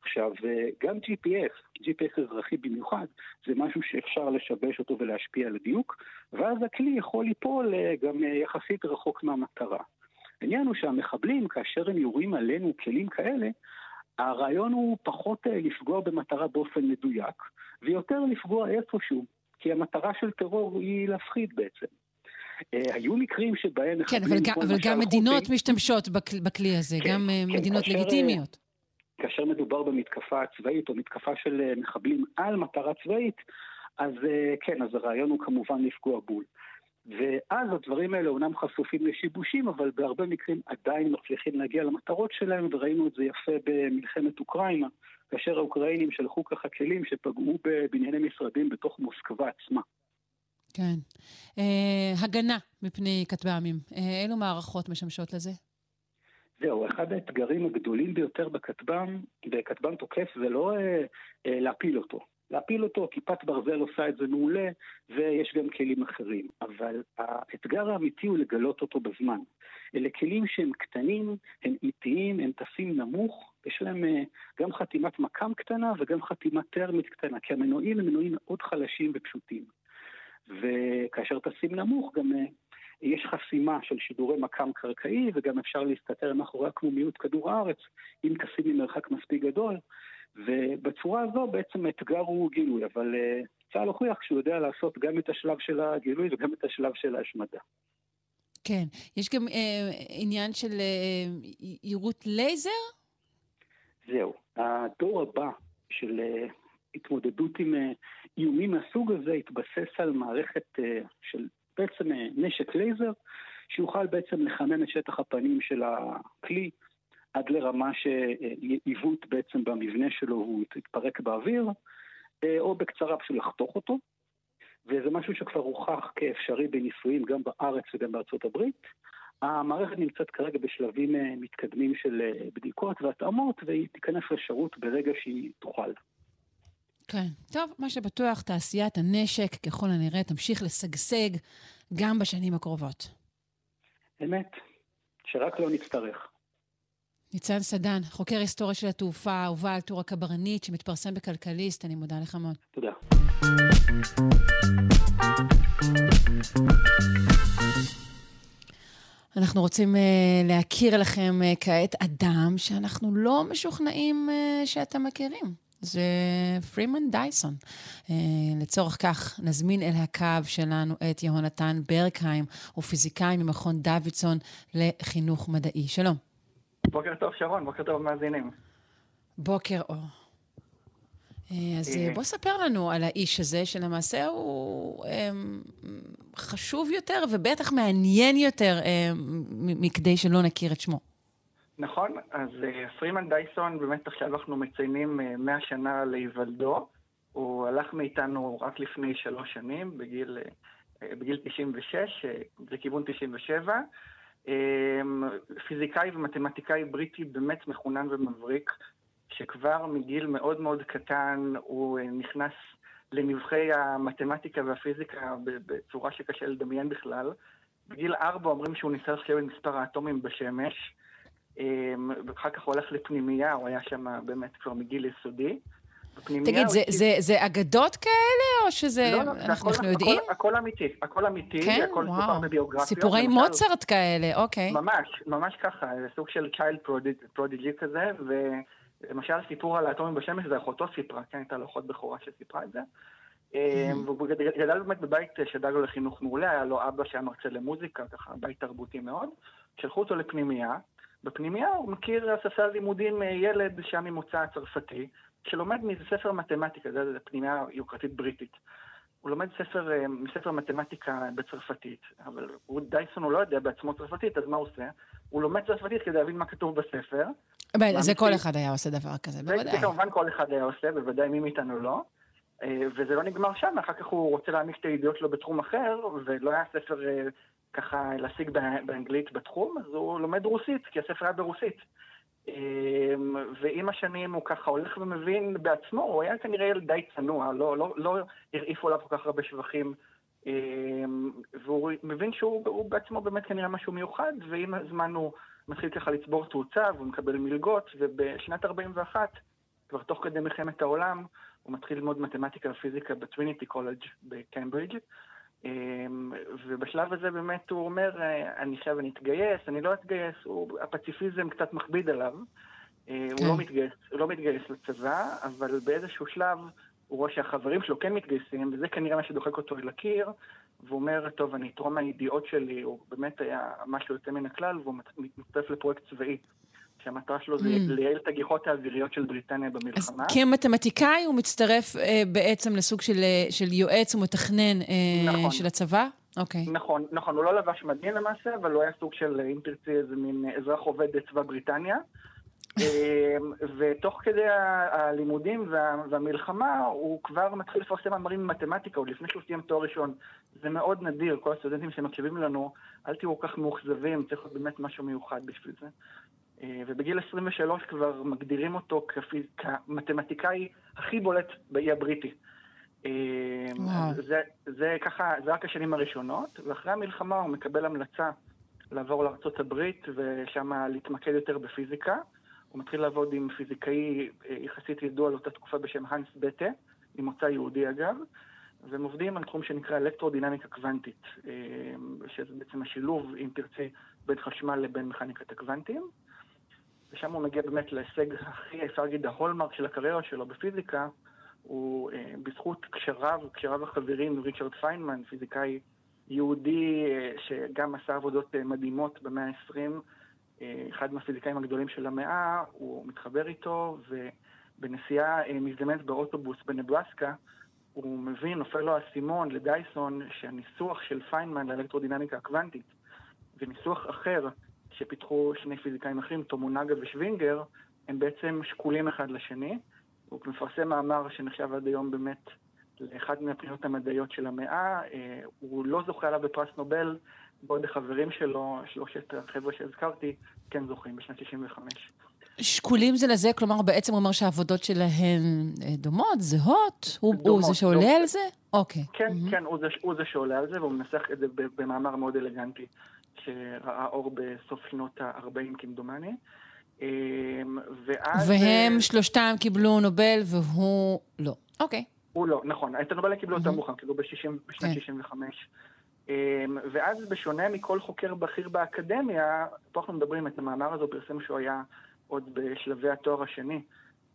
עכשיו, גם GPS אזרחי במיוחד, זה משהו שאפשר לשבש אותו ולהשפיע על הדיוק, ואז הכלי יכול ליפול גם יחסית רחוק מהמטרה. העניין הוא שהמחבלים, כאשר הם יורים עלינו כלים כאלה, הרעיון הוא פחות לפגוע במטרה באופן מדויק, ויותר לפגוע איפשהו, כי המטרה של טרור היא להפחיד בעצם. היו מקרים שבהם כן, אבל גם מדינות משתמשות בכלי הזה, גם מדינות לגיטימיות. כאשר מדובר במתקפה צבאית או מתקפה של מחבלים על מטרה צבאית, אז כן, אז הרעיון הוא כמובן לפגוע בול. ואז הדברים האלה אינם חשופים לשיבושים, אבל בהרבה מקרים עדיין מצליחים להגיע למטרות שלהם, וראינו את זה יפה במלחמת אוקראינה, כאשר האוקראינים שלחו ככה כלים שפגעו בבנייני משרדים בתוך מוסקבה עצמה. כן. הגנה מפני כטב"מים. אילו מערכות משמשות לזה? זהו, אחד האתגרים הגדולים ביותר בכטב"ם תוקף זה לא להפיל אותו. להפיל אותו, כיפת ברזל עושה את זה מעולה, ויש גם כלים אחרים. אבל האתגר האמיתי הוא לגלות אותו בזמן. אלה כלים שהם קטנים, הם איטיים, הם טסים נמוך, יש להם גם חתימת מקם קטנה וגם חתימת טרמית קטנה, כי המנועים הם מנועים מאוד חלשים ופשוטים. וכאשר טסים נמוך גם יש חסימה של שידורי מקם קרקעי, וגם אפשר להסתתר מאחורי עקמומיות כדור הארץ, אם טסים ממרחק מספיק גדול, ובצורה הזו בעצם האתגר הוא גילוי, אבל צה"ל הוכיח שהוא יודע לעשות גם את השלב של הגילוי וגם את השלב של ההשמדה. כן, יש גם עניין של יירוט לייזר? זהו, הדור הבא של התמודדות עם איומים מהסוג הזה התבסס על מערכת של בעצם נשק לייזר, שיוכל בעצם לחמם את שטח הפנים של הכלי, עד לרמה שעיוות בעצם במבנה שלו הוא יתפרק באוויר, או בקצרה פשוט לחתוך אותו. וזה משהו שכבר הוכח כאפשרי בניסויים גם בארץ וגם בארצות הברית. המערכת נמצאת כרגע בשלבים מתקדמים של בדיקות והתאמות, והיא תיכנס לשירות ברגע שהיא תוכל. כן. טוב, מה שבטוח, תעשיית הנשק ככל הנראה תמשיך לשגשג גם בשנים הקרובות. אמת, שרק לא נצטרך. ניצן סדן, חוקר היסטוריה של התעופה, ובעל טור הקברניט שמתפרסם בכלכליסט, אני מודה לך מאוד. תודה. אנחנו רוצים להכיר לכם כעת אדם שאנחנו לא משוכנעים שאתם מכירים. זה פרימן דייסון. לצורך כך נזמין אל הקו שלנו את יהונתן ברקהיים, הוא פיזיקאי ממכון דוידסון לחינוך מדעי. שלום. בוקר טוב שרון, בוקר טוב מאזינים. בוקר אור. אז בוא ספר לנו על האיש הזה, שלמעשה הוא חשוב יותר ובטח מעניין יותר מכדי שלא נכיר את שמו. נכון, אז פרימן דייסון, באמת עכשיו אנחנו מציינים 100 שנה להיוולדו. הוא הלך מאיתנו רק לפני 3 שנים, בגיל 96, לכיוון 97. פיזיקאי ומתמטיקאי בריטי באמת מחונן ומבריק, שכבר מגיל מאוד מאוד קטן הוא נכנס לנבחי המתמטיקה והפיזיקה בצורה שקשה לדמיין בכלל. בגיל 4 אומרים שהוא ניסה לחשב את מספר האטומים בשמש, ואחר כך הוא הולך לפנימייה, הוא היה שם באמת כבר מגיל יסודי. תגיד, זה אגדות כאלה, או שזה, אנחנו יודעים? הכל אמיתי, הכל אמיתי, הכל סופר בביוגרפיות. סיפורי מוצרט כאלה, אוקיי. ממש ככה, זה סוג של child prodigy כזה, ולמשל סיפור על האטומים בשמש, זה אחותו סיפרה, כן, הייתה לו אחות בכורה שסיפרה את זה. והוא גדל באמת בבית שדאג לו לחינוך מעולה, היה לו אבא שהיה מרצה למוזיקה, ככה, בית תרבותי מאוד. שלחו אותו לפנימייה, בפנימייה הוא מכיר ספסל לימודים ילד שהיה ממוצא צרפתי, שלומד מאיזה ספר מתמטיקה, זה פנימייה יוקרתית בריטית. הוא לומד ספר מתמטיקה בצרפתית, אבל דייסון הוא לא יודע בעצמו צרפתית, אז מה הוא עושה? הוא לומד צרפתית כדי להבין מה כתוב בספר. זה כל אחד היה עושה דבר כזה, בוודאי. זה כמובן כל אחד היה עושה, בוודאי מי מאיתנו לא. וזה לא נגמר שם, אחר כך הוא רוצה להעמיק את הידיעות שלו בתחום אחר, ולא היה ספר ככה להשיג באנגלית בתחום, אז הוא לומד רוסית, כי הספר היה ברוסית. ועם השנים הוא ככה הולך ומבין בעצמו, הוא היה כנראה ילד די צנוע, לא הרעיפו עליו כל כך הרבה שבחים, והוא מבין שהוא בעצמו באמת כנראה משהו מיוחד, ועם הזמן הוא מתחיל ככה לצבור תאוצה, והוא מקבל מלגות, ובשנת 41, כבר תוך כדי מלחמת העולם, הוא מתחיל ללמוד מתמטיקה ופיזיקה בטריניטי קולג' בקיימברידג', ובשלב הזה באמת הוא אומר, אני חייב אתגייס, אני לא אתגייס, הפציפיזם קצת מכביד עליו, הוא לא מתגייס לצבא, אבל באיזשהו שלב הוא רואה שהחברים שלו כן מתגייסים, וזה כנראה מה שדוחק אותו אל הקיר, והוא אומר, טוב, אני אתרום מהידיעות שלי, הוא באמת היה משהו יוצא מן הכלל, והוא מצטרף לפרויקט צבאי, שהמטרה שלו זה לייעל את הגיחות האוויריות של בריטניה במלחמה. אז כמתמטיקאי הוא מצטרף בעצם לסוג של יועץ ומתכנן של הצבא? אוקיי. נכון, הוא לא לבש מדים למעשה, אבל הוא היה סוג של, אם תרצי, איזה מין אזרח עובד צבא בריטניה, ותוך כדי הלימודים והמלחמה הוא כבר מתחיל לפרסם מאמרים במתמטיקה, עוד לפני שהוא סיים תואר ראשון. זה מאוד נדיר, כל הסטודנטים שמקשיבים לנו, אל תהיו כל כך מאוכזבים, צריך להיות באמת משהו מיוחד בשביל זה. ובגיל 23 כבר מגדירים אותו כמתמטיקאי הכי בולט באי הבריטי. זה ככה, זה רק השנים הראשונות, ואחרי המלחמה הוא מקבל המלצה לעבור לארצות הברית ושם להתמקד יותר בפיזיקה. הוא מתחיל לעבוד עם פיזיקאי יחסית ידוע על אותה תקופה בשם הנס בטה, עם מוצא יהודי אגב, והם עובדים על תחום שנקרא אלקטרודינמיקה קוונטית, שזה בעצם השילוב, אם תרצה, בין חשמל לבין מכניקת הקוונטים. ושם הוא מגיע באמת להישג הכי, אפשר להגיד, ההולמרק של הקריירה שלו בפיזיקה, הוא בזכות קשריו החברים, ריצ'רד פיינמן, פיזיקאי יהודי שגם עשה עבודות מדהימות במאה ה-20, אחד מהפיזיקאים הגדולים של המאה, הוא מתחבר איתו, ובנסיעה מזדמנת באוטובוס בנברסקה, הוא מבין, נופל לו האסימון לדייסון, שהניסוח של פיינמן לאלקטרודינמיקה הקוונטית, וניסוח אחר שפיתחו שני פיזיקאים אחרים, טומונגה ושווינגר, הם בעצם שקולים אחד לשני. הוא מפרסם מאמר שנחשב עד היום באמת לאחד מהפניות המדעיות של המאה, הוא לא זוכה עליו בפרס נובל, בעוד החברים שלו, שלושת החבר'ה שהזכרתי, כן זוכים בשנת 65. שקולים זה לזה, כלומר בעצם הוא אומר שהעבודות שלהן דומות, זהות? הוא זה שעולה על זה? אוקיי. כן, הוא זה שעולה על זה, והוא מנסח את זה במאמר מאוד אלגנטי, שראה אור בסוף שנות ה-40 כמדומני. והם שלושתם קיבלו נובל והוא לא. אוקיי. הוא לא, נכון. את הנובל קיבלו אותם מוכן, קיבלו בשנת 65. ואז בשונה מכל חוקר בכיר באקדמיה, פה אנחנו מדברים את המאמר הזה, פרסם שהוא היה עוד בשלבי התואר השני,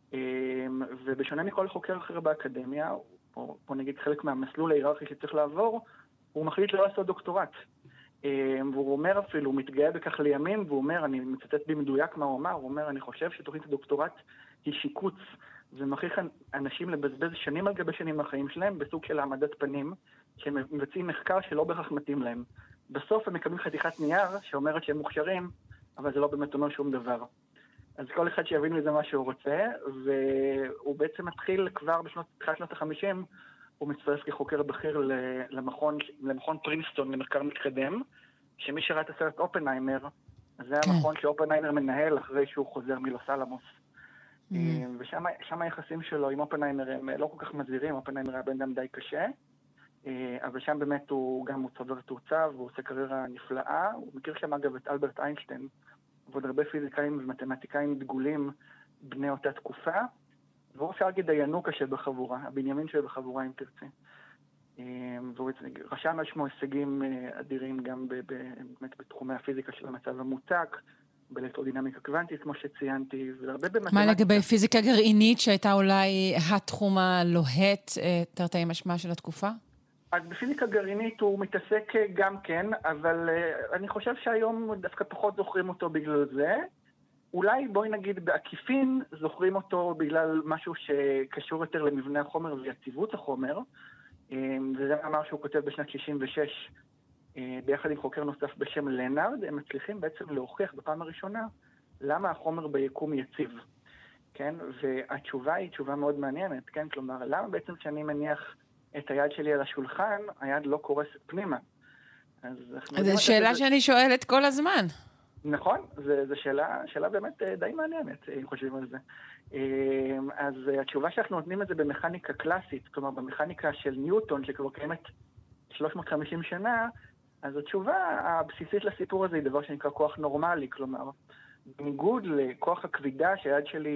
ובשונה מכל חוקר אחר באקדמיה, או בוא נגיד חלק מהמסלול ההיררכי שצריך לעבור, הוא מחליט לא לעשות דוקטורט. והוא אומר אפילו, הוא מתגאה בכך לימים, והוא אומר, אני מצטט במדויק מה הוא אמר, הוא אומר, אני חושב שתוכנית הדוקטורט היא שיקוץ, ומכריח אנשים לבזבז שנים על גבי שנים מהחיים שלהם, בסוג של העמדת פנים, שהם מבצעים מחקר שלא בהכרח מתאים להם. בסוף הם מקבלים חתיכת נייר שאומרת שהם מוכשרים, אבל זה לא באמת אומר שום דבר. אז כל אחד שיבין מזה מה שהוא רוצה, והוא בעצם מתחיל כבר בתחילת שנות ה-50, הוא מצטרף כחוקר בכיר למכון פרינסטון למחקר מתקדם, שמי שראה את הסרט אופנהיימר, זה המכון שאופנהיימר מנהל אחרי שהוא חוזר מלוס אלמוס. ושם היחסים שלו עם אופנהיימר הם לא כל כך מזהירים, אופנהיימר היה בן אדם די קשה, אבל שם באמת הוא צובר תאוצה והוא עושה קריירה נפלאה. הוא מכיר שם אגב את אלברט איינשטיין, ועוד הרבה פיזיקאים ומתמטיקאים דגולים בני אותה תקופה, והוא אפשר להגיד הינוקה שבחבורה, הבנימין שבחבורה אם תרצה. והוא רשם על שמו הישגים אדירים גם באמת בתחומי הפיזיקה של המצב המוצק, באלקטרודינמיקה קוונטית כמו שציינתי, והרבה במתמטיקה. מה לגבי פיזיקה גרעינית שהייתה אולי התחום הלוהט תרתי משמע של התקופה? אז בפיזיקה גרעינית הוא מתעסק גם כן, אבל אני חושב שהיום דווקא פחות זוכרים אותו בגלל זה. אולי בואי נגיד בעקיפין זוכרים אותו בגלל משהו שקשור יותר למבנה החומר ויציבות החומר, וזה מאמר שהוא כותב בשנת 66 ביחד עם חוקר נוסף בשם לנארד. הם מצליחים בעצם להוכיח בפעם הראשונה למה החומר ביקום יציב. כן? והתשובה היא תשובה מאוד מעניינת, כן? כלומר, למה בעצם כשאני מניח את היד שלי על השולחן, היד לא קורסת פנימה? זו שאלה שאני שואלת כל הזמן. נכון, זו שאלה באמת די מעניינת, אם חושבים על זה. אז התשובה שאנחנו נותנים את זה במכניקה קלאסית, כלומר במכניקה של ניוטון, שכבר קיימת 350 שנה, אז התשובה הבסיסית לסיפור הזה היא דבר שנקרא כוח נורמלי, כלומר, בניגוד לכוח הכבידה שהיד שלי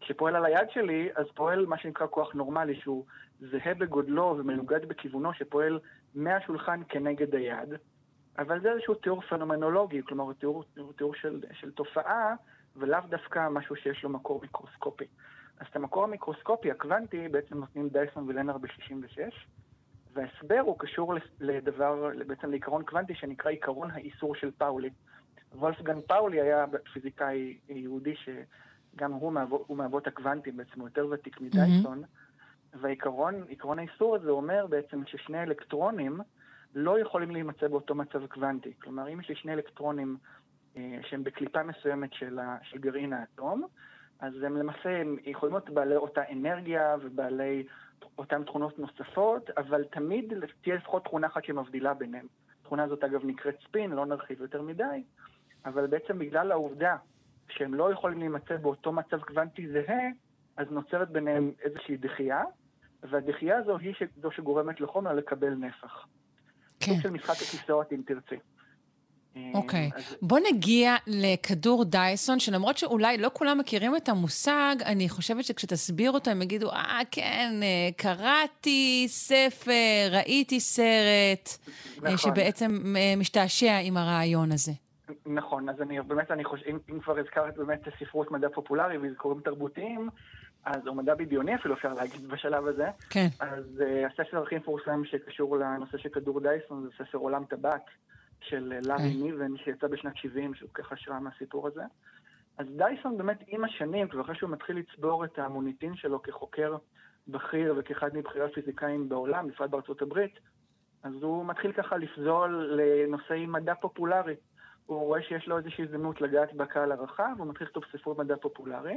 שפועל על היד שלי, אז פועל מה שנקרא כוח נורמלי, שהוא זהה בגודלו ומנוגד בכיוונו, שפועל מהשולחן כנגד היד. אבל זה איזשהו תיאור פנומנולוגי, כלומר תיאור של תופעה, ולאו דווקא משהו שיש לו מקור מיקרוסקופי. אז את המקור המיקרוסקופי הקוונטי בעצם נותנים דייסון ולנר ב-66, וההסבר הוא קשור בעצם לעיקרון קוונטי שנקרא עיקרון האיסור של פאולי. וולפגנג פאולי היה פיזיקאי יהודי שגם הוא מאבות הקוונטים, בעצם הוא יותר ותיק מדייסון, והעיקרון האיסור הזה אומר בעצם ששני אלקטרונים לא יכולים להימצא באותו מצב קוונטי. כלומר, אם יש לי שני אלקטרונים שהם בקליפה מסוימת של גרעין האטום, אז הם למעשה יכולים להיות בעלי אותה אנרגיה ובעלי אותן תכונות נוספות, אבל תמיד תהיה לפחות תכונה אחת שמבדילה ביניהם. התכונה הזאת אגב נקראת ספין, לא נרחיב יותר מדי, אבל בעצם בגלל העובדה שהם לא יכולים להימצא באותו מצב קוונטי זהה, אז נוצרת ביניהם איזושהי דחייה, והדחייה הזו היא זו שגורמת לחומר לקבל נפח. סוג של משחק הכיסאות אם תרצה. אוקיי. בוא נגיע לכדור דייסון, שלמרות שאולי לא כולם מכירים את המושג, אני חושבת שכשתסביר אותו הם יגידו, כן, קראתי ספר, ראיתי סרט, שבעצם משתעשע עם הרעיון הזה. נכון, אז אני חושב, אם כבר הזכרת באמת ספרות מדע פופולרי ואזכורים תרבותיים, אז או מדע בדיוני אפילו אפשר להגיד בשלב הזה. כן. אז הספר הכי מפורסם שקשור לנושא של כדור דייסון, זה ספר עולם טבעת, של לארי ניבן, שיצא בשנת 70, שהוא ככה השראה מהסיפור הזה. אז דייסון באמת עם השנים, כבר אחרי שהוא מתחיל לצבור את המוניטין שלו כחוקר בכיר וכאחד מבחירי הפיזיקאים בעולם, בפרט בארצות הברית, אז הוא מתחיל ככה לפזול לנושאי מדע פופולרי. הוא רואה שיש לו איזושהי הזדמנות לגעת בקהל הרחב, הוא מתחיל לכתוב ספרות מדע פופולרי.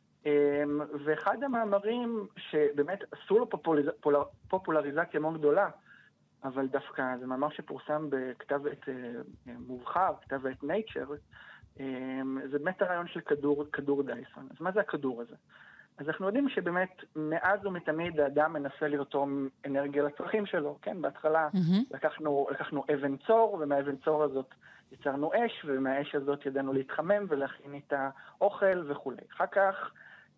ואחד המאמרים שבאמת עשו לו פופולריזציה מאוד גדולה, אבל דווקא זה מאמר שפורסם בכתב עת מובחר, כתב עת Nature, זה באמת הרעיון של כדור דייסון. אז מה זה הכדור הזה? אז אנחנו יודעים שבאמת מאז ומתמיד האדם מנסה לרתום אנרגיה לצרכים שלו, כן? בהתחלה לקחנו אבן צור, ומהאבן צור הזאת יצרנו אש, ומהאש הזאת ידענו להתחמם ולהכין את האוכל וכו'. אחר כך,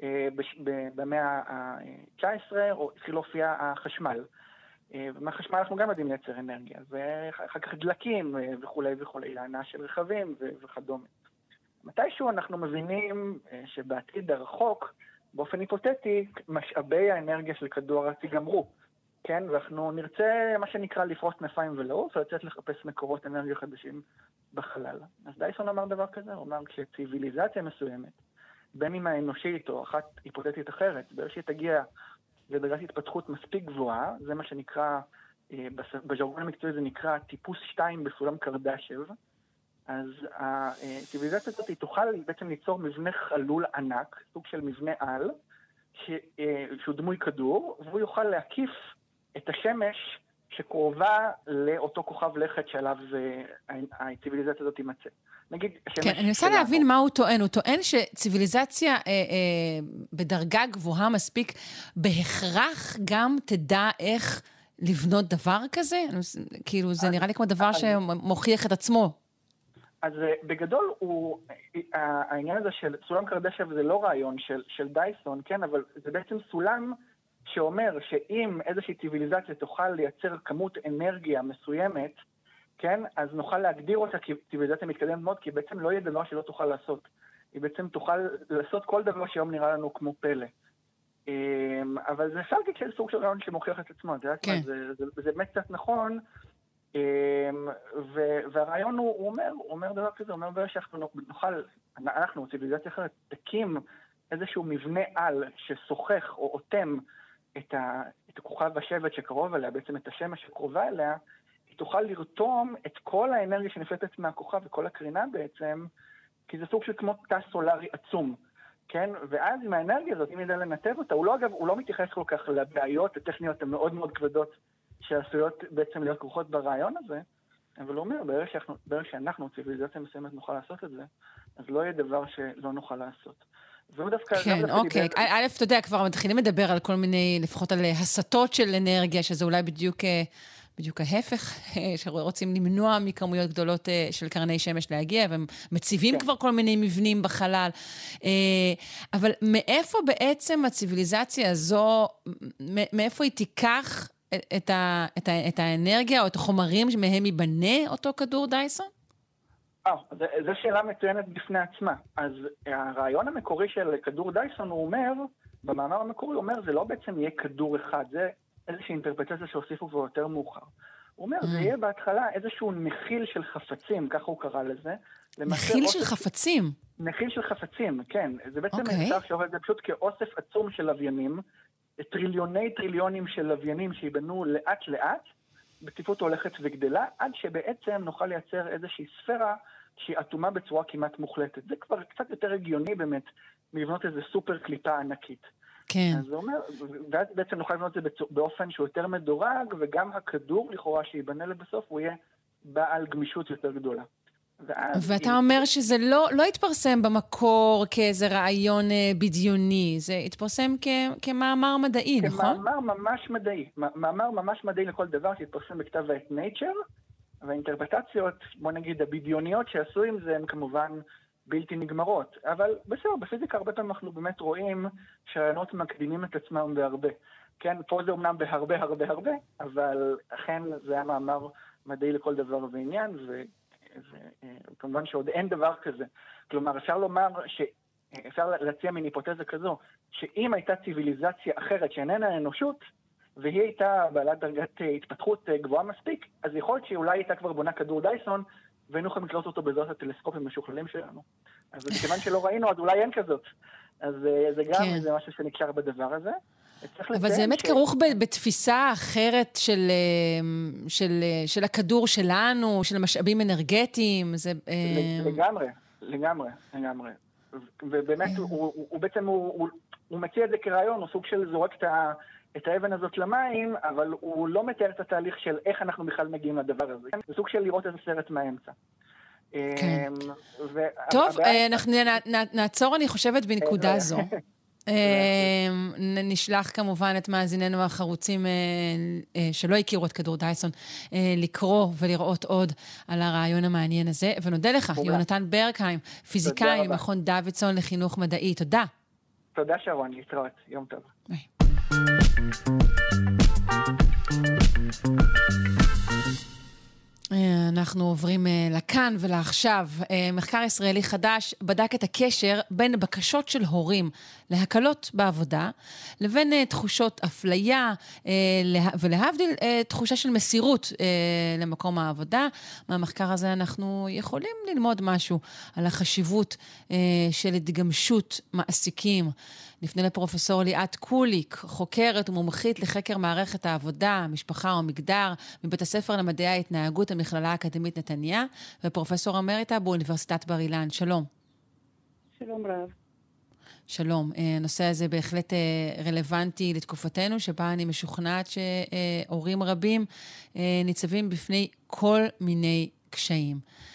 במאה ה-19, התחיל להופיע החשמל. ומהחשמל אנחנו גם יודעים לייצר אנרגיה, ואחר כך דלקים וכו' וכו', להנעה של רכבים וכדומה. מתישהו אנחנו מבינים שבעתיד הרחוק, באופן היפותטי, משאבי האנרגיה של כדור הארץ ייגמרו, כן? ואנחנו נרצה מה שנקרא לפרוס כנפיים ולעוף, ולצאת לחפש מקורות אנרגיה חדשים בחלל. אז דייסון אמר דבר כזה, הוא אמר כשציוויליזציה מסוימת, בין אם האנושית או אחת היפותטית אחרת, בערך שהיא תגיע לדרגת התפתחות מספיק גבוהה, זה מה שנקרא, בז'רגון המקצועי זה נקרא טיפוס 2 בסולם קרדשב, אז הציוויליזציה הזאת תוכל בעצם ליצור מבנה חלול ענק, סוג של מבנה על, שהוא דמוי כדור, והוא יוכל להקיף את השמש שקרובה לאותו כוכב לכת שעליו הציוויליזציה הזאת תימצא. נגיד, כן, אני רוצה להבין מה הוא טוען. הוא טוען שציוויליזציה בדרגה גבוהה מספיק, בהכרח גם תדע איך לבנות דבר כזה? כאילו, זה נראה לי כמו דבר שמוכיח את עצמו. אז בגדול, העניין הזה של סולם קרדשב זה לא רעיון של דייסון, כן? אבל זה בעצם סולם שאומר שאם איזושהי ציוויליזציה תוכל לייצר כמות אנרגיה מסוימת, כן? אז נוכל להגדיר אותה כציוויליזציה מתקדמת מאוד, כי בעצם לא יהיה דבר שלא תוכל לעשות. היא בעצם תוכל לעשות כל דבר שהיום נראה לנו כמו פלא. אבל זה אפשר להגיד שיש סוג של רעיון שמוכיח את עצמו. כן. זה באמת קצת נכון, והרעיון הוא אומר דבר כזה, הוא אומר שאנחנו נוכל, אנחנו, ציוויליזציה אחרת, תקים איזשהו מבנה על ששוחך או אוטם את הכוכב השבט שקרוב אליה, בעצם את השמש שקרובה אליה, היא תוכל לרתום את כל האנרגיה שנפלטת מהכוכב וכל הקרינה בעצם, כי זה סוג של כמו תא סולרי עצום, כן? ואז עם האנרגיה הזאת, אם ידע לנתב אותה, הוא לא מתייחס כל כך לבעיות הטכניות המאוד מאוד כבדות שעשויות בעצם להיות כרוכות ברעיון הזה, אבל הוא אומר, בערך שאנחנו, ציוויליזציה מסוימת, נוכל לעשות את זה, אז לא יהיה דבר שלא נוכל לעשות. כן, אוקיי. א', אתה יודע, כבר מתחילים לדבר על כל מיני, לפחות על הסתות של אנרגיה, שזה אולי בדיוק בדיוק ההפך, שרוצים למנוע מכמויות גדולות של קרני שמש להגיע, והם מציבים כבר כל מיני מבנים בחלל. אבל מאיפה בעצם הציביליזציה הזו, מאיפה היא תיקח את האנרגיה או את החומרים מהם ייבנה אותו כדור דייסון? זו שאלה מצוינת בפני עצמה. אז הרעיון המקורי של כדור דייסון הוא אומר, במאמר המקורי הוא אומר, זה לא בעצם יהיה כדור אחד, זה איזושהי אינטרפרטציה שהוסיפו כבר יותר מאוחר. הוא אומר, זה יהיה בהתחלה איזשהו נחיל של חפצים, ככה הוא קרא לזה. נחיל של חפצים? נחיל של חפצים, כן. זה בעצם ממצב שעובד, זה פשוט כאוסף עצום של לוויינים, טריליונים של לוויינים שיבנו לאט לאט, בצפיפות הולכת וגדלה, עד שבעצם נוכל לייצר איזושהי ספירה שהיא אטומה בצורה כמעט מוחלטת. זה כבר קצת יותר הגיוני באמת, מלבנות איזו סופר קליפה ענקית. כן. אז זה אומר, ואז בעצם נוכל לבנות את זה באופן שהוא יותר מדורג, וגם הכדור לכאורה שיבנה לבסוף, הוא יהיה בעל גמישות יותר גדולה. ואתה אומר שזה לא התפרסם במקור כאיזה רעיון בדיוני, זה התפרסם כמאמר מדעי, נכון? כמאמר ממש מדעי. מאמר ממש מדעי לכל דבר שהתפרסם בכתב העת Nature, והאינטרפרטציות, בוא נגיד, הבדיוניות שעשו עם זה, הן כמובן בלתי נגמרות. אבל בסדר, בפיזיקה הרבה פעמים אנחנו באמת רואים שהרעיונות מקדימים את עצמם בהרבה. כן, פה זה אומנם בהרבה, אבל אכן זה היה מאמר מדעי לכל דבר ועניין, וכמובן שעוד אין דבר כזה. כלומר, אפשר לומר אפשר להציע מן היפותזה כזו, שאם הייתה ציוויליזציה אחרת שאיננה האנושות, והיא הייתה בעלת דרגת התפתחות גבוהה מספיק, אז יכול להיות שאולי הייתה כבר בונה כדור דייסון, והיינו יכולים לקלוט אותו בעזרת הטלסקופים המשוכללים שלנו. אז מכיוון שלא ראינו, אז אולי אין כזאת. אז זה גם איזה משהו שנקשר בדבר הזה. אבל זה באמת כרוך בתפיסה אחרת של הכדור שלנו, של משאבים אנרגטיים. לגמרי. ובאמת, הוא בעצם, הוא מציע את זה כרעיון, הוא סוג של זורק את האבן הזאת למים, אבל הוא לא מתאר את התהליך של איך אנחנו בכלל מגיעים לדבר הזה. זה סוג של לראות איזה סרט מהאמצע. כן. טוב, אנחנו נעצור, אני חושבת, בנקודה זו. נשלח כמובן את מאזיננו החרוצים שלא הכירו את כדור דייסון לקרוא ולראות עוד על הרעיון המעניין הזה, ונודה לך, יונתן ברקהיים, פיזיקאי ממכון דוידסון לחינוך מדעי. תודה. תודה שרון, להתראות, יום טוב. ביי. אנחנו עוברים לכאן ולעכשיו. מחקר ישראלי חדש בדק את הקשר בין בקשות של הורים להקלות בעבודה, לבין תחושות אפליה, ולהבדיל תחושה של מסירות למקום העבודה. מהמחקר הזה אנחנו יכולים ללמוד משהו על החשיבות של התגמשות מעסיקים. נפנה לפרופסור ליאת קוליק, חוקרת ומומחית לחקר מערכת העבודה, המשפחה ומגדר, מבית הספר למדעי ההתנהגות המכללה האקדמית נתניה, ופרופסור אמריטה באוניברסיטת בר אילן. שלום. שלום רב. שלום. הנושא הזה בהחלט רלוונטי לתקופתנו, שבה אני משוכנעת שהורים רבים ניצבים בפני כל מיני קשיים.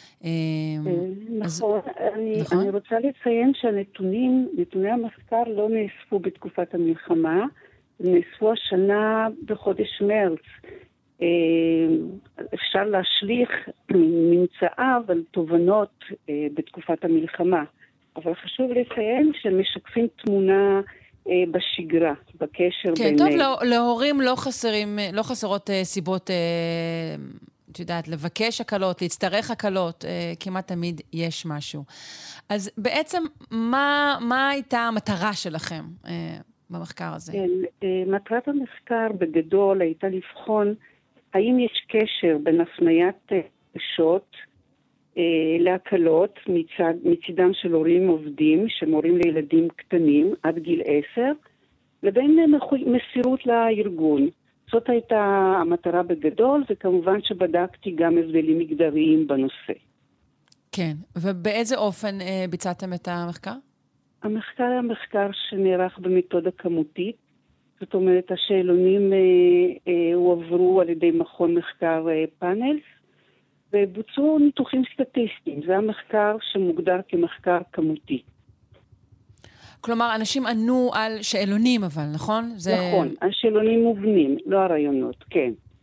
נכון, אני רוצה לציין נתוני המחקר לא נאספו בתקופת המלחמה, נאספו השנה בחודש מרץ. אפשר להשליך ממצאיו על תובנות בתקופת המלחמה, אבל חשוב לציין שמשקפים תמונה בשגרה, בקשר בין... כן, טוב, להורים לא חסרות סיבות... את יודעת, לבקש הקלות, להצטרך הקלות, כמעט תמיד יש משהו. אז בעצם, מה הייתה המטרה שלכם במחקר הזה? מטרת המחקר בגדול הייתה לבחון האם יש קשר בין הפניית בקשות להקלות מצידם של הורים עובדים, שמורים לילדים קטנים עד גיל 10, לבין מסירות לארגון. זאת הייתה המטרה בגדול, וכמובן שבדקתי גם הבדלים מגדריים בנושא. כן, ובאיזה אופן ביצעתם את המחקר? המחקר היה מחקר שנערך במתודה כמותית, זאת אומרת, השאלונים הועברו על ידי מכון מחקר פאנלס, ובוצעו ניתוחים סטטיסטיים. זה המחקר שמוגדר כמחקר כמותי. כלומר, אנשים ענו על שאלונים אבל, נכון? נכון, השאלונים מובנים, לא הרעיונות, כן.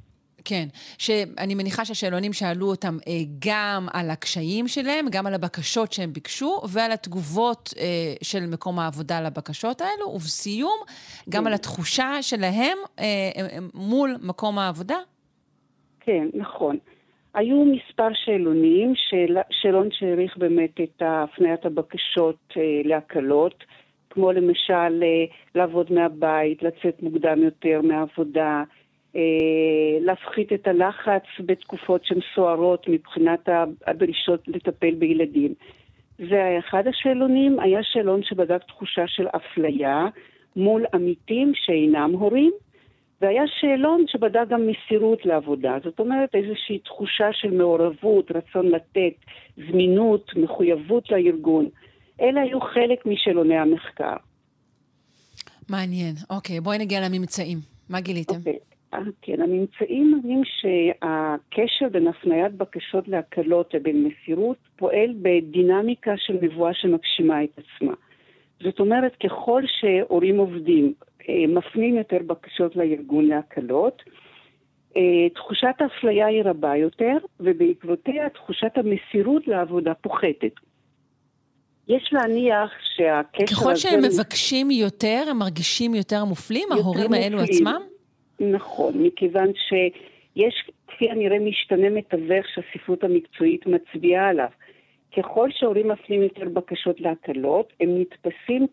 כן, שאני מניחה שהשאלונים שאלו אותם גם על הקשיים שלהם, גם על הבקשות שהם ביקשו, ועל התגובות של מקום העבודה לבקשות האלו, ובסיום, גם על התחושה שלהם מול מקום העבודה. כן, נכון. היו מספר שאלונים, שאלון שהעריך באמת את הפניית הבקשות להקלות, כמו למשל לעבוד מהבית, לצאת מוקדם יותר מהעבודה, להפחית את הלחץ בתקופות שהן סוערות מבחינת הדרישות לטפל בילדים. זה היה אחד השאלונים, היה שאלון שבדק תחושה של אפליה מול עמיתים שאינם הורים, והיה שאלון שבדק גם מסירות לעבודה, זאת אומרת איזושהי תחושה של מעורבות, רצון לתת, זמינות, מחויבות לארגון. אלה היו חלק משאלוני המחקר. מעניין. אוקיי, בואי נגיע לממצאים. מה גיליתם? אוקיי. כן, הממצאים מראים שהקשר בין הפניית בקשות להקלות לבין מסירות פועל בדינמיקה של נבואה שמגשימה את עצמה. זאת אומרת, ככל שהורים עובדים מפנים יותר בקשות לארגון להקלות, תחושת האפליה היא רבה יותר, ובעקבותיה תחושת המסירות לעבודה פוחתת. יש להניח שהקשר הזה... ככל שהם מבקשים יותר, הם מרגישים יותר מופלים, ההורים האלו עצמם? נכון, מכיוון שיש, כפי הנראה, משתנה מתווך שהספרות המקצועית מצביעה עליו. ככל שההורים מפנים יותר בקשות להקלות, הם נתפסים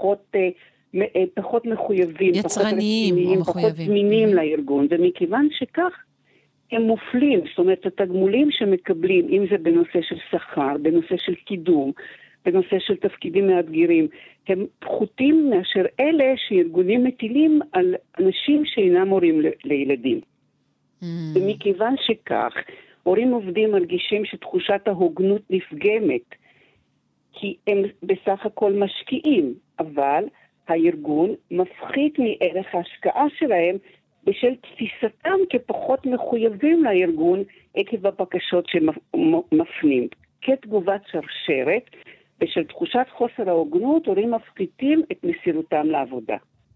פחות מחויבים, יצרניים, פחות זמינים לארגון, ומכיוון שכך הם מופלים, זאת אומרת, התגמולים שמקבלים, אם זה בנושא של שכר, בנושא של קידום, בנושא של תפקידים מאתגרים, הם פחותים מאשר אלה שארגונים מטילים על אנשים שאינם הורים לילדים. ומכיוון שכך, הורים עובדים מרגישים שתחושת ההוגנות נפגמת, כי הם בסך הכל משקיעים, אבל הארגון מפחית מערך ההשקעה שלהם בשל תפיסתם כפחות מחויבים לארגון עקב הבקשות שמפנים. כתגובת שרשרת, בשל תחושת חוסר ההוגנות, הורים מפחיתים את מסירותם לעבודה.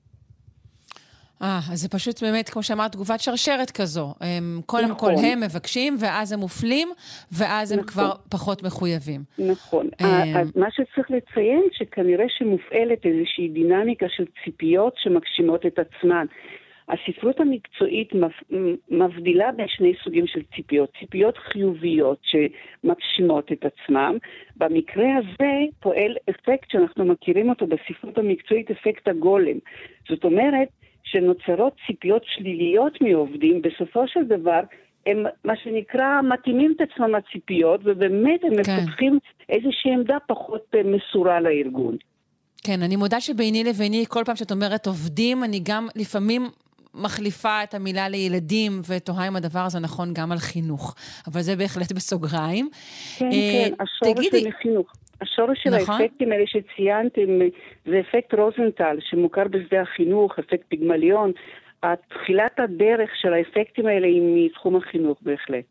אז זה פשוט באמת, כמו שאמרת, תגובת שרשרת כזו. קודם כל הם מבקשים, ואז הם מופלים, ואז הם כבר פחות מחויבים. נכון. אז מה שצריך לציין, שכנראה שמופעלת איזושהי דינמיקה של ציפיות שמגשימות את עצמן. הספרות המקצועית מבדילה בין שני סוגים של ציפיות. ציפיות חיוביות שמגשימות את עצמם. במקרה הזה פועל אפקט שאנחנו מכירים אותו בספרות המקצועית, אפקט הגולם. זאת אומרת, שנוצרות ציפיות שליליות מעובדים, בסופו של דבר הם מה שנקרא מתאימים את עצמם הציפיות, ובאמת הם מפתחים איזושהי עמדה פחות מסורה לארגון. כן, אני מודה שביני לביני, כל פעם שאת אומרת עובדים, אני גם לפעמים מחליפה את המילה לילדים, ותוהה אם הדבר הזה נכון גם על חינוך. אבל זה בהחלט בסוגריים. כן, כן, השורש של חינוך. השורש של האפקטים האלה שציינתם, זה אפקט רוזנטל, שמוכר בשדה החינוך, אפקט פיגמליון. התחילת הדרך של האפקטים האלה היא מתחום החינוך בהחלט.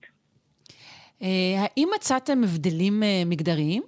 האם מצאתם הבדלים מגדריים?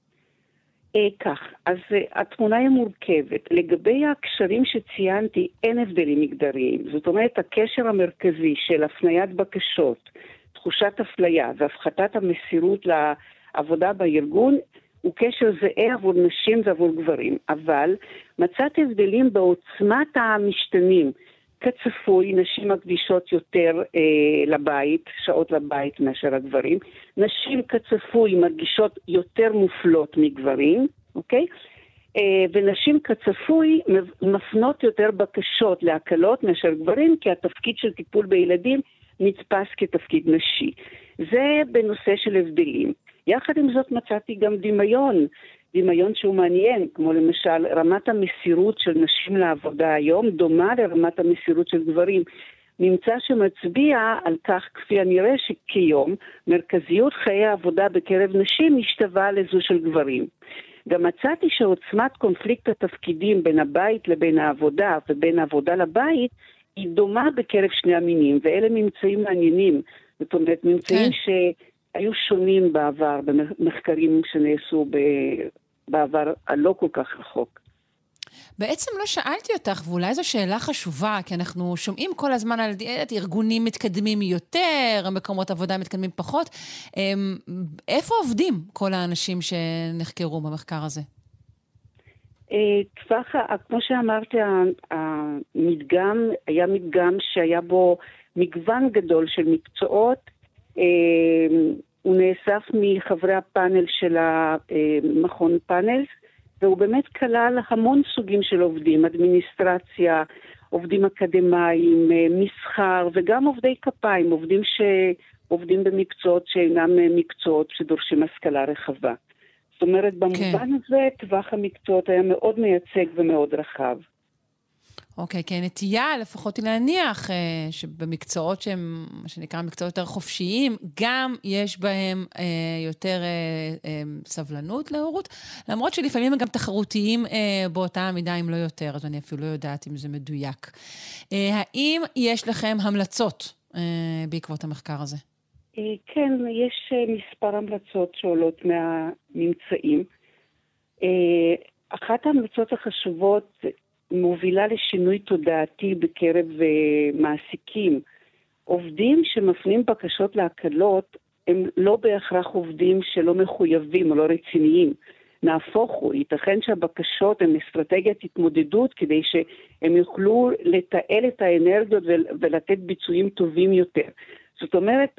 כך, אז התמונה היא מורכבת. לגבי הקשרים שציינתי, אין הבדלים מגדריים. זאת אומרת, הקשר המרכזי של הפניית בקשות, תחושת אפליה והפחתת המסירות לעבודה בארגון, הוא קשר זהה עבור נשים ועבור גברים. אבל מצאת הבדלים בעוצמת המשתנים. כצפוי, נשים מקדישות יותר לבית, שעות לבית מאשר הגברים. נשים כצפוי מרגישות יותר מופלות מגברים, אוקיי? ונשים כצפוי מפנות יותר בקשות להקלות מאשר גברים, כי התפקיד של טיפול בילדים נתפס כתפקיד נשי. זה בנושא של הבדלים. יחד עם זאת מצאתי גם דמיון שהוא מעניין, כמו למשל רמת המסירות של נשים לעבודה היום דומה לרמת המסירות של גברים. נמצא שמצביע על כך כפי הנראה שכיום מרכזיות חיי העבודה בקרב נשים משתווה לזו של גברים. גם מצאתי שעוצמת קונפליקט התפקידים בין הבית לבין העבודה ובין העבודה לבית היא דומה בקרב שני המינים, ואלה ממצאים מעניינים. זאת אומרת, ממצאים שהיו שונים בעבר במחקרים שנעשו בעבר הלא כל כך רחוק. בעצם לא שאלתי אותך, ואולי זו שאלה חשובה, כי אנחנו שומעים כל הזמן על ארגונים מתקדמים יותר, מקומות עבודה מתקדמים פחות. איפה עובדים כל האנשים שנחקרו במחקר הזה? כמו שאמרתי, המדגם היה מדגם שהיה בו מגוון גדול של מקצועות. הוא נאסף מחברי הפאנל של המכון פאנלס, והוא באמת כלל המון סוגים של עובדים, אדמיניסטרציה, עובדים אקדמיים, מסחר, וגם עובדי כפיים, עובדים במקצועות שאינם מקצועות שדורשים השכלה רחבה. זאת אומרת, במובן הזה, טווח המקצועות היה מאוד מייצג ומאוד רחב. אוקיי, כי הנטייה לפחות היא להניח שבמקצועות שהם, מה שנקרא, מקצועות יותר חופשיים, גם יש בהם יותר סבלנות להורות, למרות שלפעמים הם גם תחרותיים באותה מידה, אם לא יותר, אז אני אפילו לא יודעת אם זה מדויק. האם יש לכם המלצות בעקבות המחקר הזה? כן, יש מספר המלצות שעולות מהממצאים. אחת ההמלצות החשובות מובילה לשינוי תודעתי בקרב מעסיקים. עובדים שמפנים בקשות להקלות הם לא בהכרח עובדים שלא מחויבים או לא רציניים. נהפוך הוא, ייתכן שהבקשות הן אסטרטגיית התמודדות כדי שהם יוכלו לתעל את האנרגיות ולתת ביצועים טובים יותר. זאת אומרת,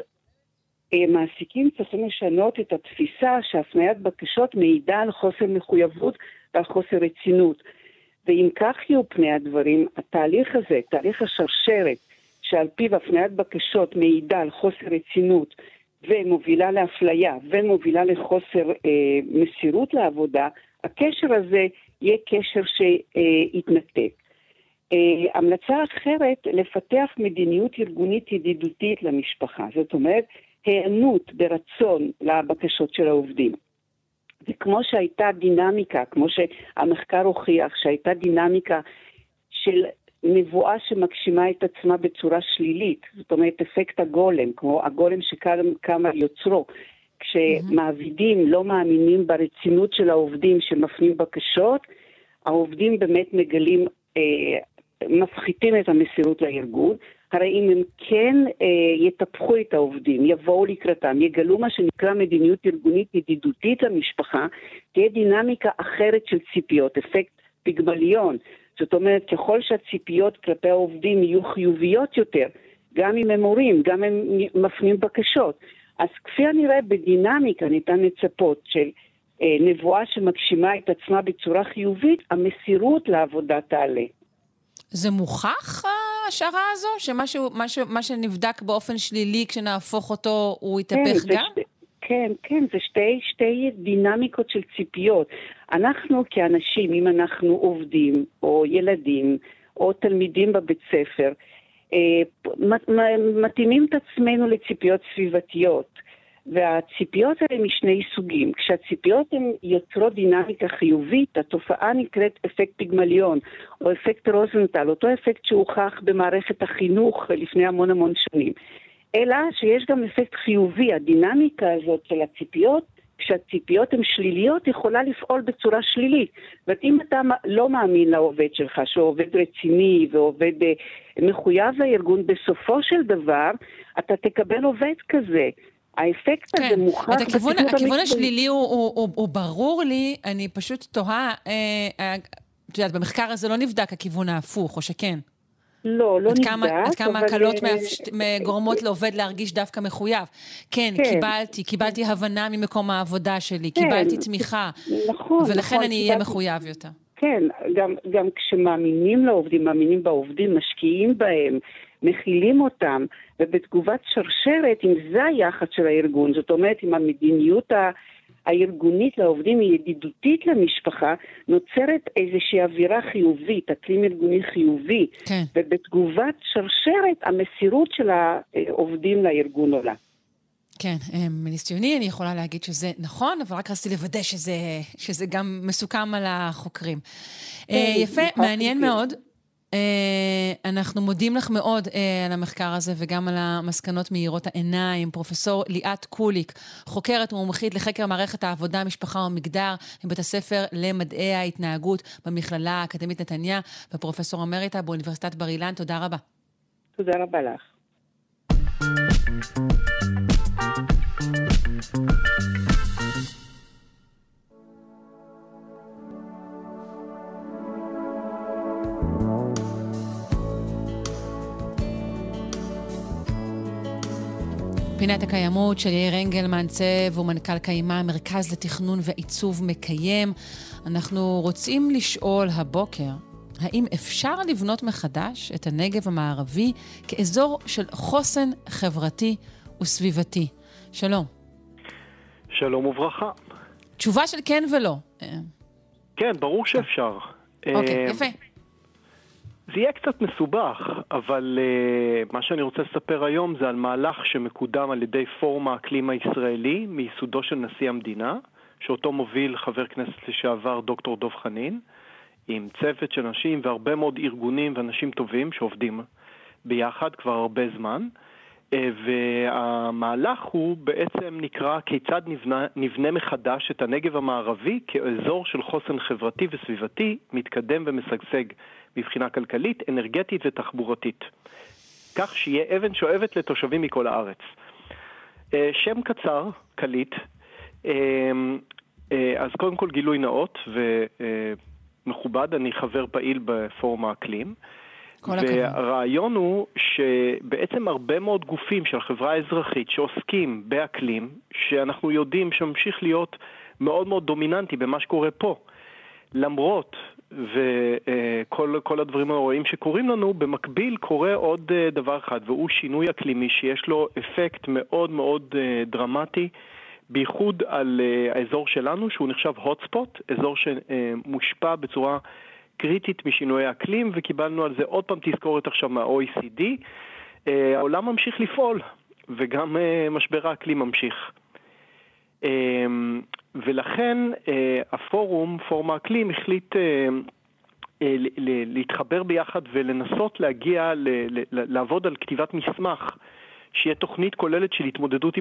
מעסיקים צריכים לשנות את התפיסה שהפניית בקשות מעידה על חוסר מחויבות ועל חוסר רצינות. ואם כך יהיו פני הדברים, התהליך הזה, תהליך השרשרת, שעל פיו הפניית בקשות מעידה על חוסר רצינות ומובילה לאפליה ומובילה לחוסר מסירות לעבודה, הקשר הזה יהיה קשר שיתנתק. המלצה אחרת, לפתח מדיניות ארגונית ידידותית למשפחה. זאת אומרת, הענות ברצון לבקשות של העובדים. וכמו שהייתה דינמיקה, כמו שהמחקר הוכיח, שהייתה דינמיקה של נבואה שמגשימה את עצמה בצורה שלילית, זאת אומרת אפקט הגולם, כמו הגולם שקם על יוצרו, כשמעבידים לא מאמינים ברצינות של העובדים שמפנים בקשות, העובדים באמת מגלים, מפחיתים את המסירות לארגון, הרי אם הם כן יטפחו את העובדים, יבואו לקראתם, יגלו מה שנקרא מדיניות ארגונית ידידותית למשפחה, תהיה דינמיקה אחרת של ציפיות, אפקט פיגמליון. זאת אומרת, ככל שהציפיות כלפי העובדים יהיו חיוביות יותר, גם אם הם הורים, גם הם מפנים בקשות. אז כפי הנראה בדינמיקה ניתן לצפות של נבואה שמגשימה את עצמה בצורה חיובית, המסירות לעבודה תעלה. זה מוכח השערה הזו? שמה שנבדק באופן שלילי כשנהפוך אותו הוא יתהפך גם? כן, זה שתי דינמיקות של ציפיות. אנחנו כאנשים, אם אנחנו עובדים או ילדים או תלמידים בבית ספר, מתאימים את עצמנו לציפיות סביבתיות. והציפיות האלה משני סוגים. כשהציפיות הן יוצרות דינמיקה חיובית, התופעה נקראת אפקט פיגמליון, או אפקט רוזנטל, אותו אפקט שהוכח במערכת החינוך לפני המון שנים. אלא שיש גם אפקט חיובי, הדינמיקה הזאת של הציפיות, כשהציפיות הן שליליות, יכולה לפעול בצורה שלילית. ואם אתה לא מאמין לעובד שלך, שהוא עובד רציני ועובד מחויב לארגון, בסופו של דבר, אתה תקבל עובד כזה. האפקט הזה מוכח... הכיוון השלילי הוא ברור לי, אני פשוט תוהה, את יודעת, במחקר הזה לא נבדק הכיוון ההפוך, או שכן? לא נבדק. עד כמה הקלות גורמות לעובד להרגיש דווקא מחויב. כן, קיבלתי הבנה ממקום העבודה שלי, קיבלתי תמיכה, ולכן אני אהיה מחויב יותר. כן, גם כשמאמינים לעובדים, מאמינים בעובדים, משקיעים בהם, מכילים אותם, ובתגובת שרשרת, אם זה היחד של הארגון, זאת אומרת, אם המדיניות הארגונית לעובדים היא ידידותית למשפחה, נוצרת איזושהי אווירה חיובית, אקלים ארגוני חיובי, כן. ובתגובת שרשרת, המסירות של העובדים לארגון עולה. כן, מניסיוני אני יכולה להגיד שזה נכון, אבל רק רציתי לוודא שזה גם מסוכם על החוקרים. יפה, מעניין מאוד. אנחנו מודים לך מאוד על המחקר הזה וגם על המסקנות מהירות העיניים. פרופסור ליאת קוליק, חוקרת ומומחית לחקר מערכת העבודה, המשפחה ומגדר מבית הספר למדעי ההתנהגות במכללה האקדמית נתניה, ופרופסור אמריטה באוניברסיטת בר אילן. תודה רבה. תודה רבה לך. פינת הקיימות של יאיר אנגלמן, צב ומנכ"ל קיימה, מרכז לתכנון ועיצוב מקיים. אנחנו רוצים לשאול הבוקר, האם אפשר לבנות מחדש את הנגב המערבי כאזור של חוסן חברתי וסביבתי? שלום. שלום וברכה. תשובה של כן ולא. כן, ברור שאפשר. אוקיי, יפה. זה יהיה קצת מסובך, אבל מה שאני רוצה לספר היום זה על מהלך שמקודם על ידי פורום האקלים הישראלי, מיסודו של נשיא המדינה, שאותו מוביל חבר כנסת לשעבר דוקטור דב חנין, עם צוות של אנשים והרבה מאוד ארגונים ואנשים טובים שעובדים ביחד כבר הרבה זמן. והמהלך הוא בעצם נקרא כיצד נבנה מחדש את הנגב המערבי כאזור של חוסן חברתי וסביבתי מתקדם ומשגשג מבחינה כלכלית, אנרגטית ותחבורתית. כך שיהיה אבן שואבת לתושבים מכל הארץ. שם קצר, קליט. אז קודם כל גילוי נאות ומכובד, אני חבר פעיל בפורום האקלים. והרעיון הוא שבעצם הרבה מאוד גופים של החברה האזרחית שעוסקים באקלים, שאנחנו יודעים שממשיך להיות מאוד מאוד דומיננטי במה שקורה פה, למרות וכל הדברים הרואים שקורים לנו, במקביל קורה עוד דבר אחד, והוא שינוי אקלימי שיש לו אפקט מאוד מאוד דרמטי, בייחוד על האזור שלנו, שהוא נחשב hotspot, אזור שמושפע בצורה קריטית משינוי האקלים, וקיבלנו על זה עוד פעם תזכורת עכשיו מה-OECD. העולם ממשיך לפעול, וגם משבר האקלים ממשיך. ולכן פורום האקלים החליט להתחבר ביחד ולנסות להגיע, לעבוד על כתיבת מסמך, שיהיה תוכנית כוללת של התמודדות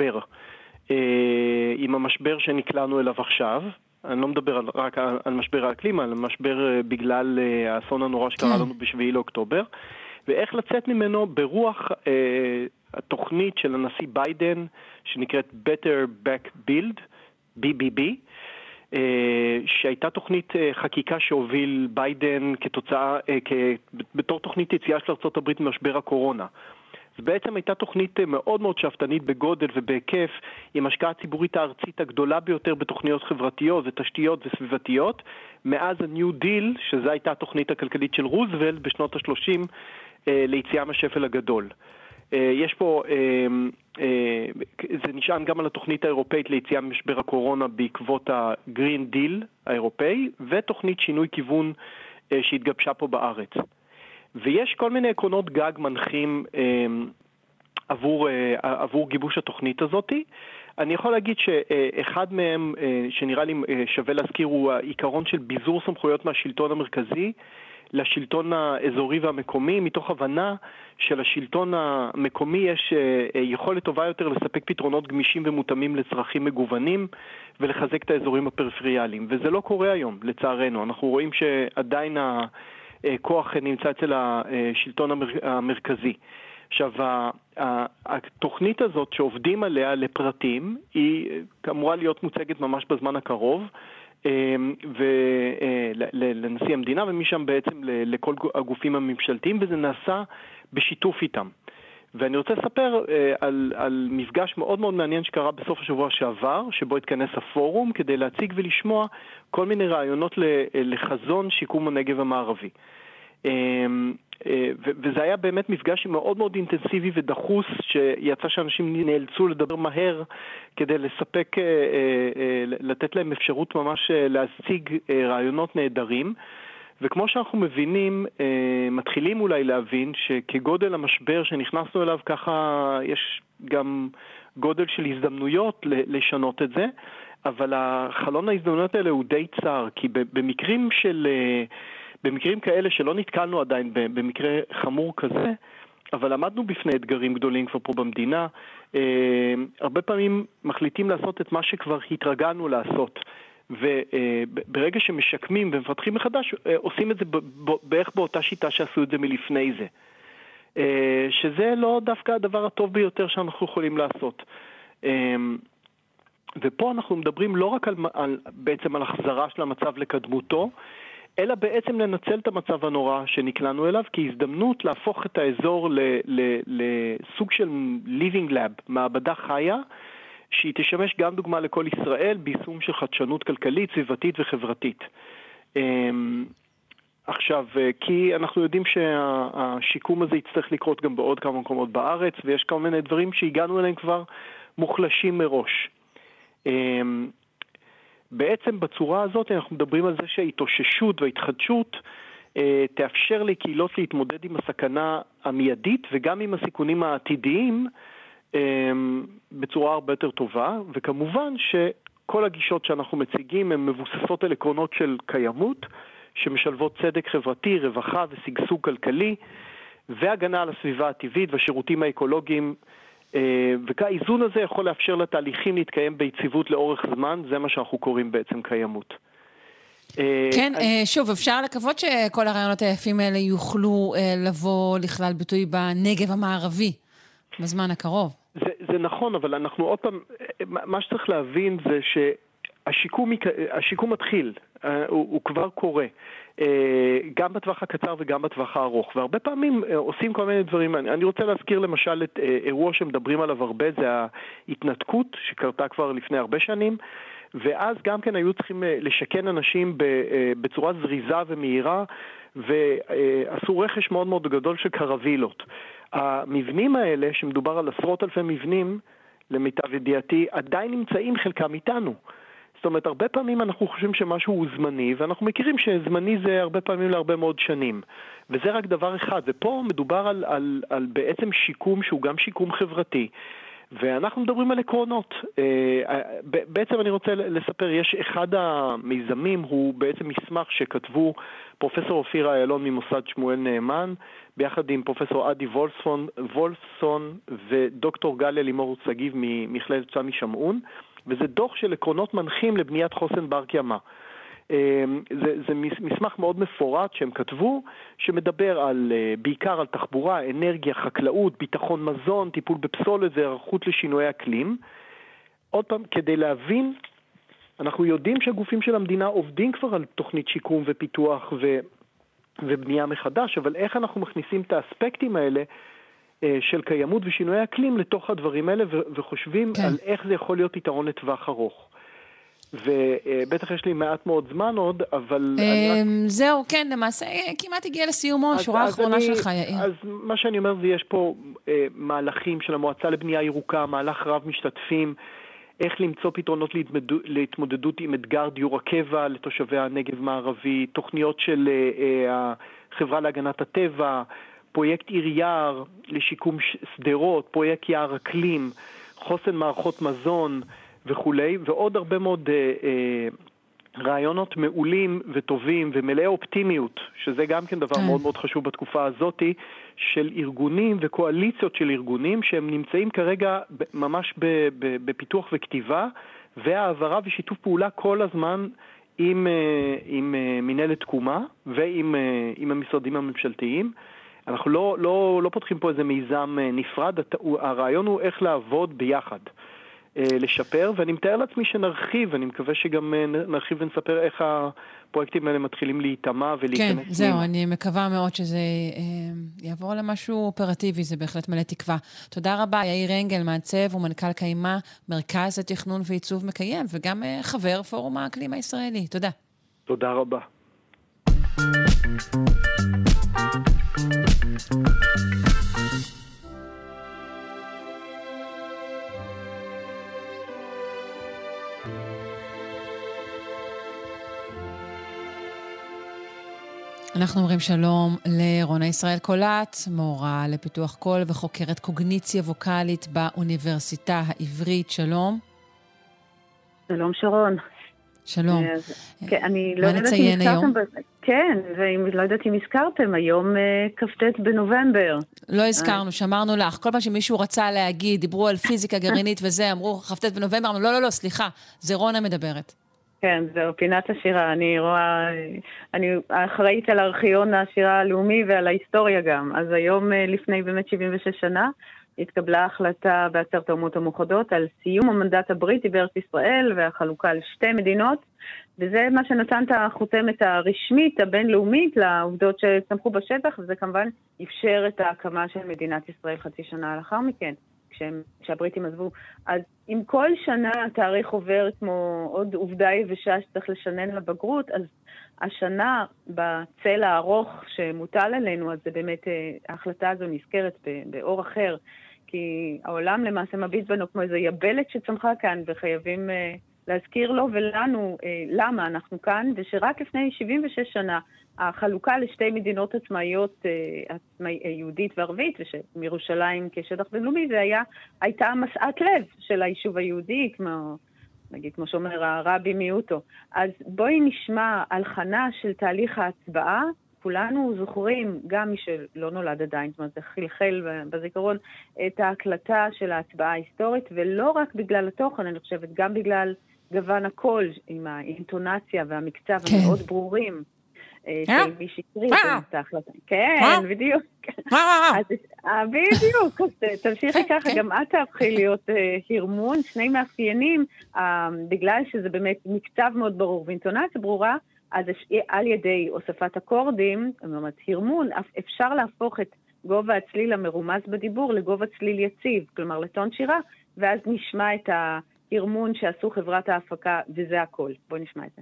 עם המשבר שנקלענו אליו עכשיו. אני לא מדבר רק על משבר האקלים, על משבר בגלל האסון הנורא שקרה לנו ב7 לאוקטובר, ואיך לצאת ממנו ברוח התוכנית של הנשיא ביידן, שנקראת Better Back Build, BBB, שהייתה תוכנית חקיקה שהוביל ביידן בתור תוכנית יציאה של ארצות הברית ממשבר הקורונה. זו בעצם הייתה תוכנית מאוד מאוד שאפתנית בגודל ובהיקף, עם השקעה ציבורית הארצית הגדולה ביותר בתוכניות חברתיות ותשתיות וסביבתיות, מאז ה-New Deal, שזו הייתה התוכנית הכלכלית של רוזוולט בשנות ה-30 ליציאה מהשפל הגדול. יש פה, זה נשען גם על התוכנית האירופאית ליציאה ממשבר הקורונה בעקבות ה-Green Deal האירופאי, ותוכנית שינוי כיוון שהתגבשה פה בארץ. ויש כל מיני עקרונות גג מנחים עבור גיבוש התוכנית הזאת. אני יכול להגיד שאחד מהם שנראה לי שווה להזכיר הוא העיקרון של ביזור סמכויות מהשלטון המרכזי לשלטון האזורי והמקומי, מתוך הבנה שלשלטון המקומי יש יכולת טובה יותר לספק פתרונות גמישים ומותאמים לצרכים מגוונים ולחזק את האזורים הפריפריאליים. וזה לא קורה היום, לצערנו. אנחנו רואים שעדיין הכוח נמצא אצל השלטון המרכזי. עכשיו, התוכנית הזאת שעובדים עליה לפרטים, היא אמורה להיות מוצגת ממש בזמן הקרוב, לנשיא המדינה ומשם בעצם לכל הגופים הממשלתיים, וזה נעשה בשיתוף איתם. ואני רוצה לספר על מפגש מאוד מאוד מעניין שקרה בסוף השבוע שעבר, שבו התכנס הפורום כדי להציג ולשמוע כל מיני רעיונות לחזון שיקום הנגב המערבי. וזה היה באמת מפגש מאוד מאוד אינטנסיבי ודחוס, שיצא שאנשים נאלצו לדבר מהר כדי לספק, לתת להם אפשרות ממש להציג רעיונות נהדרים. וכמו שאנחנו מבינים, מתחילים אולי להבין שכגודל המשבר שנכנסנו אליו, ככה יש גם גודל של הזדמנויות לשנות את זה, אבל החלון ההזדמנויות האלה הוא די צר, כי במקרים במקרים כאלה שלא נתקלנו עדיין במקרה חמור כזה, אבל עמדנו בפני אתגרים גדולים כבר פה במדינה, הרבה פעמים מחליטים לעשות את מה שכבר התרגלנו לעשות, וברגע שמשקמים ומפתחים מחדש, עושים את זה בערך באותה שיטה שעשו את זה מלפני זה. שזה לא דווקא הדבר הטוב ביותר שאנחנו יכולים לעשות. ופה אנחנו מדברים לא רק בעצם על החזרה של המצב לקדמותו, אלא בעצם לנצל את המצב הנורא שנקלענו אליו, כהזדמנות להפוך את האזור לסוג של living lab, מעבדה חיה, שהיא תשמש גם דוגמה לכל ישראל ביישום של חדשנות כלכלית, סביבתית וחברתית. עכשיו, כי אנחנו יודעים שהשיקום הזה יצטרך לקרות גם בעוד כמה מקומות בארץ, ויש כל מיני דברים שהגענו אליהם כבר מוחלשים מראש. בעצם בצורה הזאת אנחנו מדברים על זה שההתאוששות וההתחדשות תאפשר לקהילות להתמודד עם הסכנה המיידית וגם עם הסיכונים העתידיים בצורה הרבה יותר טובה, וכמובן שכל הגישות שאנחנו מציגים הן מבוססות על עקרונות של קיימות, שמשלבות צדק חברתי, רווחה ושגשוג כלכלי, והגנה על הסביבה הטבעית והשירותים האקולוגיים, והאיזון הזה יכול לאפשר לתהליכים להתקיים ביציבות לאורך זמן, זה מה שאנחנו קוראים בעצם קיימות. כן, שוב, אפשר לקוות שכל הרעיונות היפים האלה יוכלו לבוא לכלל ביטוי בנגב המערבי בזמן הקרוב. זה נכון, אבל אנחנו עוד פעם, מה שצריך להבין זה שהשיקום מתחיל, הוא כבר קורה, גם בטווח הקצר וגם בטווח הארוך, והרבה פעמים עושים כל מיני דברים. אני רוצה להזכיר למשל את אירוע שמדברים עליו הרבה, זה ההתנתקות שקרתה כבר לפני הרבה שנים, ואז גם כן היו צריכים לשכן אנשים בצורה זריזה ומהירה, ועשו רכש מאוד מאוד גדול של קרווילות. המבנים האלה, שמדובר על עשרות אלפי מבנים, למיטב ידיעתי, עדיין נמצאים חלקם איתנו. זאת אומרת, הרבה פעמים אנחנו חושבים שמשהו הוא זמני, ואנחנו מכירים שזמני זה הרבה פעמים להרבה מאוד שנים. וזה רק דבר אחד. ופה מדובר על בעצם שיקום שהוא גם שיקום חברתי. ואנחנו מדברים על עקרונות. בעצם אני רוצה לספר, יש אחד המיזמים, הוא בעצם מסמך שכתבו פרופסור אופיר איילון ממוסד שמואל נאמן, ביחד עם פרופסור אדי וולפסון ודוקטור גליה לימור צגיב ממכללת סמי שמעון, וזה דוח של עקרונות מנחים לבניית חוסן בר קיימא. זה מסמך מאוד מפורט שהם כתבו, שמדבר בעיקר על תחבורה, אנרגיה, חקלאות, ביטחון מזון, טיפול בפסולת והיערכות לשינוי אקלים. עוד פעם, כדי להבין, אנחנו יודעים שהגופים של המדינה עובדים כבר על תוכנית שיקום ופיתוח ובנייה מחדש, אבל איך אנחנו מכניסים את האספקטים האלה של קיימות ושינוי אקלים לתוך הדברים האלה, וחושבים על איך זה יכול להיות יתרון לטווח ארוך. ובטח יש לי מעט מאוד זמן עוד, אבל... זהו, כן, למעשה כמעט הגיע לסיומו, השורה האחרונה שלך, יאיר. אז מה שאני אומר זה, יש פה מהלכים של המועצה לבנייה ירוקה, מהלך רב משתתפים, איך למצוא פתרונות להתמודדות עם אתגר דיור הקבע לתושבי הנגב מערבי, תוכניות של החברה להגנת הטבע, פרויקט עיר יער לשיקום סדרות, פרויקט יער אקלים, חוסן מערכות מזון וכולי, ועוד הרבה מאוד רעיונות מעולים וטובים ומלאי אופטימיות, שזה גם כן דבר מאוד מאוד חשוב בתקופה הזאת, של ארגונים וקואליציות של ארגונים שהם נמצאים כרגע ממש בפיתוח וכתיבה, והעברה ושיתוף פעולה כל הזמן עם מנהלת תקומה ועם המשרדים הממשלתיים. אנחנו לא פותחים פה איזה מיזם נפרד, הרעיון הוא איך לעבוד ביחד, לשפר, ואני מתאר לעצמי שנרחיב, אני מקווה שגם נרחיב ונספר איך הפרויקטים האלה מתחילים להיטמע ולהיכנס. כן, זהו, אני מקווה מאוד שזה יעבור למשהו אופרטיבי, זה בהחלט מלא תקווה. תודה רבה, יאיר אנגל, מעצב ומנכ"ל קיימא, מרכז התכנון ועיצוב מקיים, וגם חבר פורום האקלים הישראלי. תודה. תודה רבה. אנחנו אומרים שלום לרונה ישראל קולט, מורה לפיתוח קול וחוקרת קוגניציה ווקלית באוניברסיטה העברית. שלום. שלום שרון. שלום. כן, אני לא מה יודעת נציין אם היום? הזכרתם, כן, ולא יודעת אם הזכרתם, היום כ"ט בנובמבר. לא הזכרנו, שמרנו לך. כל פעם שמישהו רצה להגיד, דיברו על פיזיקה גרעינית וזה, אמרו כ"ט בנובמבר, אמרנו, לא, סליחה, זה רונה מדברת. כן, זהו, פינת השירה. אני אחראית על ארכיון השירה הלאומי ועל ההיסטוריה גם. אז היום, לפני באמת 76 שנה, התקבלה החלטה בעצרת האומות המאוחדות על סיום המנדט הבריטי בארץ ישראל והחלוקה לשתי מדינות, וזה מה שנתן את החותמת הרשמית הבינלאומית לעובדות שצמחו בשטח, וזה כמובן אפשר את ההקמה של מדינת ישראל חצי שנה לאחר מכן, כשהבריטים עזבו. אז אם כל שנה התאריך עובר כמו עוד עובדה יבשה שצריך לשנן לבגרות, אז השנה בצל הארוך שמוטל עלינו, אז זה באמת, ההחלטה הזו נזכרת באור אחר, כי העולם למעשה מביט בנו כמו איזו יבלת שצמחה כאן, וחייבים להזכיר לו ולנו למה אנחנו כאן, ושרק לפני 76 שנה החלוקה לשתי מדינות עצמאיות, יהודית וערבית, ומירושלים כשטח בינלאומי, זה הייתה משאת לב של היישוב היהודי, נגיד, כמו שאומר הרבי מיוטו. אז בואי נשמע הלחנה של תהליך ההצבעה. כולנו זוכרים, גם מי שלא נולד עדיין, זאת אומרת, זה חלחל בזיכרון, את ההקלטה של ההצבעה ההיסטורית, ולא רק בגלל התוכן, אני חושבת, גם בגלל גוון הקול, עם האינטונציה והמקצב המאוד ברורים, של מי שקריא את ההחלטה. כן, בדיוק. בדיוק, תמשיכי ככה, גם את תהפכי להיות הרמון, שני מאפיינים, בגלל שזה באמת מקצב מאוד ברור ואינטונציה ברורה, אז על ידי הוספת אקורדים, זאת אומרת, הרמון, אפשר להפוך את גובה הצליל המרומז בדיבור לגובה צליל יציב, כלומר לטון שירה, ואז נשמע את ההרמון שעשו חברת ההפקה, וזה הכל. בואו נשמע את זה.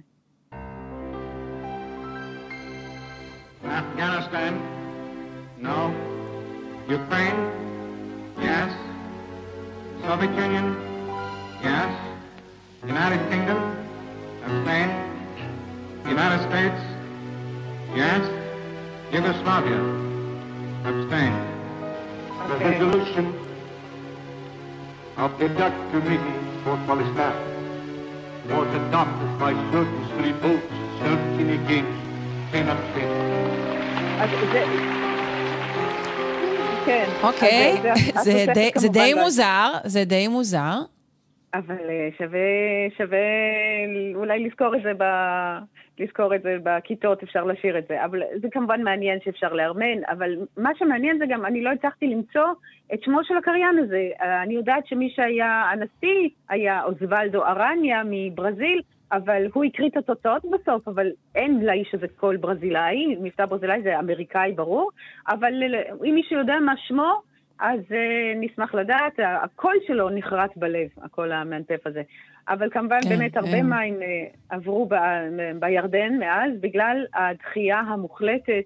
Afghanistan? No. Ukraine? Yes. Soviet Union? Yes. United Kingdom? Abstain. United States? Yes. Yugoslavia? Abstain. The resolution of the Dutch Committee for Palestine was adopted by 33 votes, 17 against, 10 abstain. כן. אוקיי, זה די מוזר. אבל שווה אולי לזכור את זה בכיתות, אפשר לשיר את זה. אבל זה כמובן מעניין שאפשר להרמן, אבל מה שמעניין זה גם, אני לא הצלחתי למצוא את שמו של הקריין הזה. אני יודעת שמי שהיה הנשיא היה אוזוולדו ארניה מברזיל, אבל הוא הקריא את התוצאות בסוף, אבל אין לאיש הזה קול ברזילאי, מבטא ברזילאי זה אמריקאי ברור, אבל אם מישהו יודע מה שמו, אז נשמח לדעת, הקול שלו נחרט בלב, הקול המענטף הזה. אבל כמובן באמת הרבה מים עברו בירדן מאז, בגלל הדחייה המוחלטת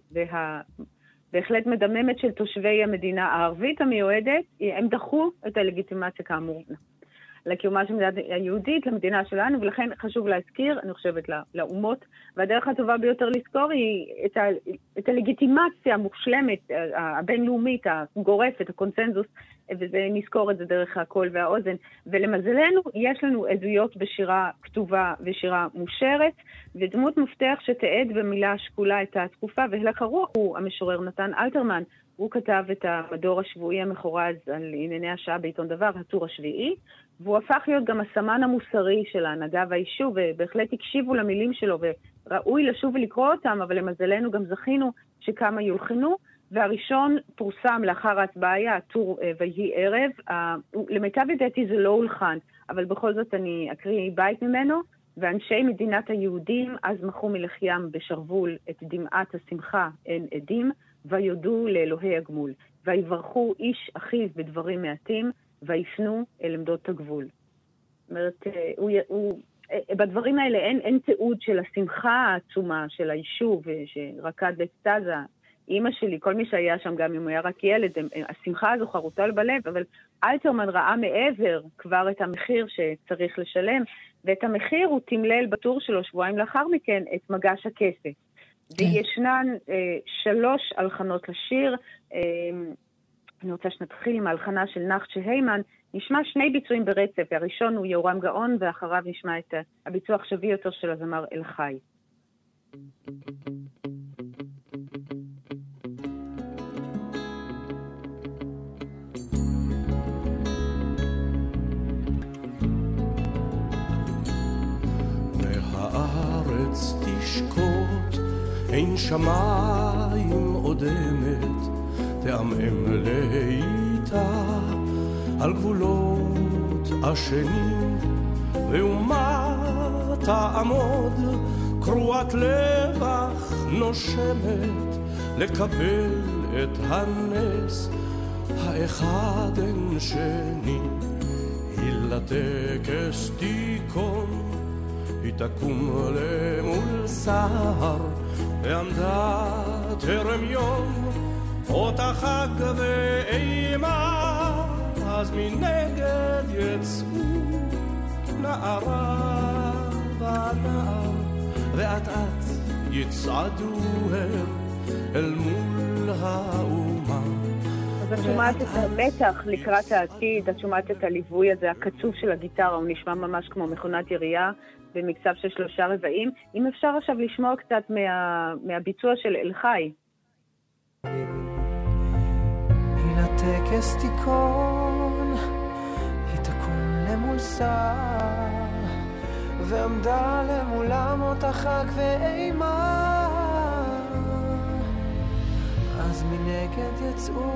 בהחלט מדממת של תושבי המדינה הערבית המיועדת, הם דחו את הלגיטימציה כאמור. לקיומה של מדינה היהודית, למדינה שלנו, ולכן חשוב להזכיר, אני חושבת, לאומות, והדרך הטובה ביותר לזכור היא את הלגיטימציה המושלמת, הבינלאומית, הגורפת, הקונצנזוס, ונזכור את זה דרך הקול והאוזן. ולמזלנו, יש לנו עדויות בשירה כתובה ושירה מושרת, ודמות מפתח שתעד במילה שקולה את התקופה, והלך הרוח הוא המשורר נתן אלתרמן, הוא כתב את המדור השבועי המחורז על ענייני השעה בעיתון דבר, הטור השביעי, והוא הפך להיות גם הסמן המוסרי של ההנהגה והיישוב, ובהחלט הקשיבו למילים שלו, וראוי לשוב ולקרוא אותם, אבל למזלנו גם זכינו שכמה יולחנו, והראשון פורסם לאחר ההצבעה היה הטור ויהי ערב, למיטב ידיעתי זה לא הולחן, אבל בכל זאת אני אקריא בית ממנו, ואנשי מדינת היהודים אז מחו מלחיים בשרוול את דמעת השמחה אין עדים, ויודו לאלוהי הגמול, ויברכו איש אחיו בדברים מעטים, ויפנו אל עמדות הגבול. זאת אומרת, בדברים האלה אין תיעוד של השמחה העצומה של היישוב שרקד באקסטזה. אמא שלי, כל מי שהיה שם, גם אם הוא היה רק ילד, השמחה הזו חרוטה לו בלב, אבל אלתרמן ראה מעבר כבר את המחיר שצריך לשלם, ואת המחיר הוא תמלל בטור שלו שבועיים לאחר מכן את מגש הכסף. וישנן 3 הלחנות לשיר, אני רוצה שנתחיל עם ההלחנה של נחצ'ה היימן. נשמע שני ביצועים ברצף. הראשון הוא יורם גאון, ואחריו נשמע את הביצוע העכשווי יותר של הזמר אל חי. והארץ תשקוט, אין שמיים עודמת, תעמם לאיתה על גבולות השנים, ואומה תעמוד קרועת לבח נושמת, לקבל את הנס האחד אין שני. היא לטקס תיקון, היא תקום למול סהר, ועמדה תרם יום אותה חג ואימה, אז מנגד יצאו נערה ונער, ואת יצעדו הם אל מול האומה. אז את שומעת את המתח לקראת העתיד, את שומעת את הליווי הזה, הקצוב של הגיטרה, הוא נשמע ממש כמו מכונת ירייה במקצב של 3 רבעים. אם אפשר עכשיו לשמוע קצת מהביצוע של אל חי. היא לטקס תיקון, היא תקום למול שר, ועמדה למולם אותה חג ואימה, אז מנגד יצאו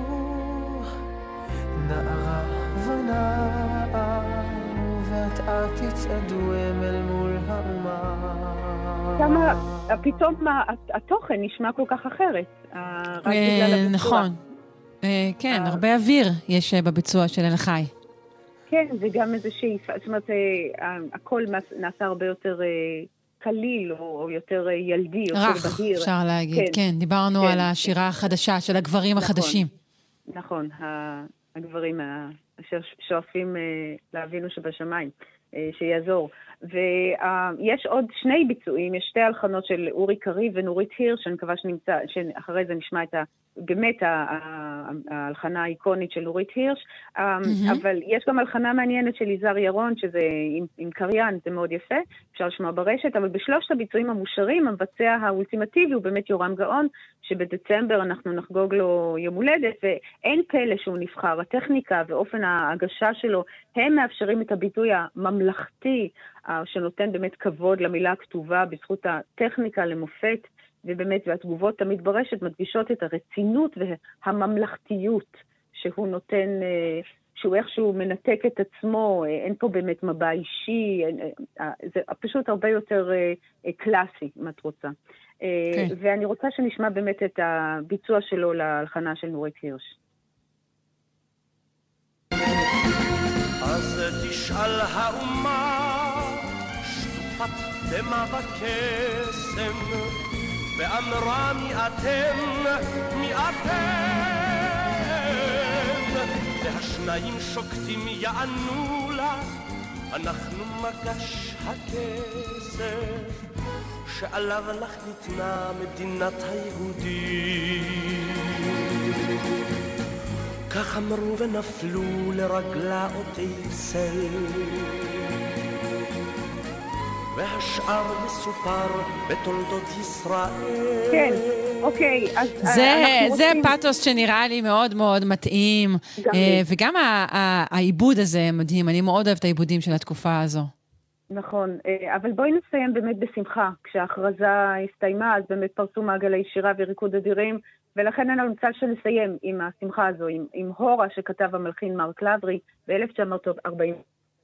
נערה ונער, ואת תצעדו הם אל מול האומה. כמה פתאום התוכן נשמע כל כך אחרת, רק בגלל הביצוע. נכון. כן, הרבה אוויר יש בביצוע של אל חי. כן, וגם איזושהי, זאת אומרת, הכל נעשה הרבה יותר קליל, או יותר ילדי, יותר בהיר. אפשר להגיד, כן. דיברנו על השירה החדשה של הגברים החדשים. נכון, הגברים אשר שואפים לאבינו שבשמיים, שיעזור. ויש עוד 2 ביצועים, יש 2 הלחנות של אורי קריב ונורית הירש, שאני מקווה שאחרי זה נשמע את באמת ההלחנה האיקונית של נורית הירש, אבל יש גם הלחנה מעניינת של יזהר ירון, שזה עם קריין, זה מאוד יפה, אפשר לשמוע ברשת, אבל בשלושת הביצועים המושרים, המבצע האולטימטיבי הוא באמת יורם גאון, שבדצמבר אנחנו נחגוג לו יום הולדת, ואין פלא שהוא נבחר. הטכניקה ואופן ההגשה שלו, הם מאפשרים את הביטוי הממלכתי, שנותן באמת כבוד למילה הכתובה, בזכות הטכניקה למופת, ובאמת, והתגובות תמיד ברשת מדגישות את הרצינות והממלכתיות שהוא נותן, שהוא איכשהו מנתק את עצמו, אין פה באמת מבע אישי, זה פשוט הרבה יותר קלאסי, אם את רוצה. ואני רוצה שנשמע באמת את הביצוע שלו להלחנה של נורית הירש. אז תשאל האומה שטופת דמה וקסם, ואמרה מי אתם, מי אתם, והשניים שוקטים יענו לה, אנחנו מגש הכסף שעליו לך ניתנה מדינת היהודים. כך אמרו ונפלו לרגלה אותי צל, והשאר מסופר בתולדות ישראל. כן, אוקיי. זה פאטוס שנראה לי מאוד מאוד מתאים, וגם העיבוד הזה מדהים, אני מאוד אוהבת העיבודים של התקופה הזו. נכון, אבל בואי נסיים באמת בשמחה. כשההכרזה הסתיימה, אז באמת פרסו מעגלי שירה וריקוד אדירים, ולכן אני רוצה שנסיים עם השמחה הזו, עם הורה שכתב המלחין מרק לברי ב-1940.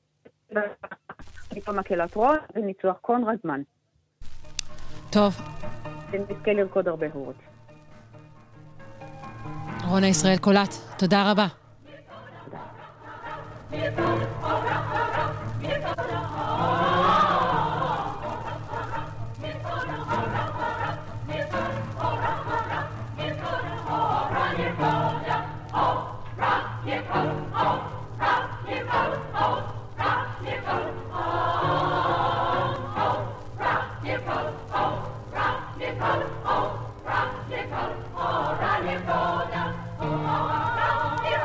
מפה מקהלת רון וניצוח קונרד מן. טוב. ונזכה לרקוד הרבה הורות. רונה ישראל קולט, תודה רבה. Oh,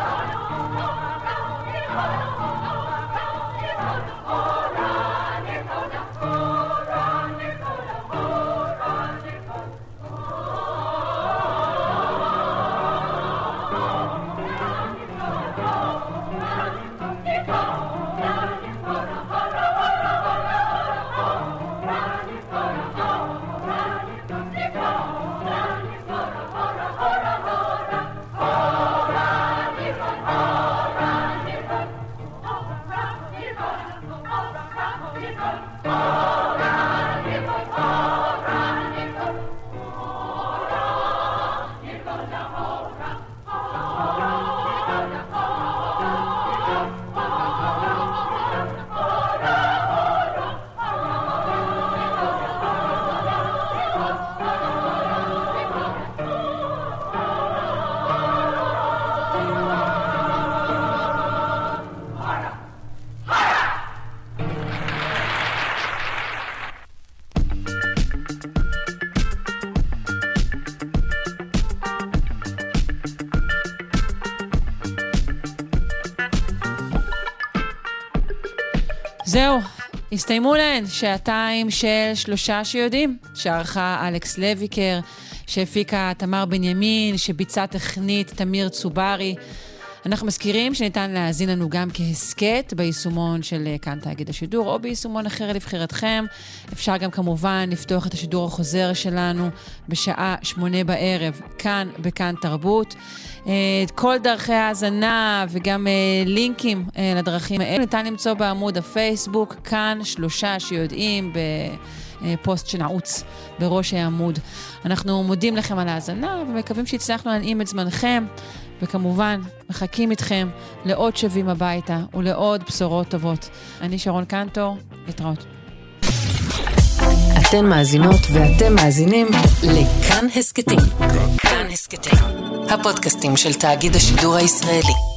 זהו, הסתיימו להן שעתיים של שלושה שיודעים, שערכה אלכס לויקר, שהפיקה תמר בנימין, שביצעה תכנית תמיר צוברי. אנחנו מזכירים שניתן להאזין לנו גם כהסקט ביישומון של כאן תאגיד השידור, או ביישומון אחר לבחירתכם. אפשר גם כמובן לפתוח את השידור החוזר שלנו בשעה 8 בערב, כאן בכאן תרבות. כל דרכי ההאזנה וגם לינקים לדרכים האלה ניתן למצוא בעמוד הפייסבוק, כאן שלושה שיודעים בפוסט שנעוץ בראש העמוד. אנחנו מודים לכם על ההאזנה ומקווים שהצלחנו להנעים את זמנכם, וכמובן מחכים איתכם לעוד שבים הביתה ולעוד בשורות טובות. אני שרון קנטור, להתראות. אתן מאזינות ואתם מאזינים לכאן הסקטים. כאן הסקטים, הפודקאסטים של תאגיד השידור הישראלי.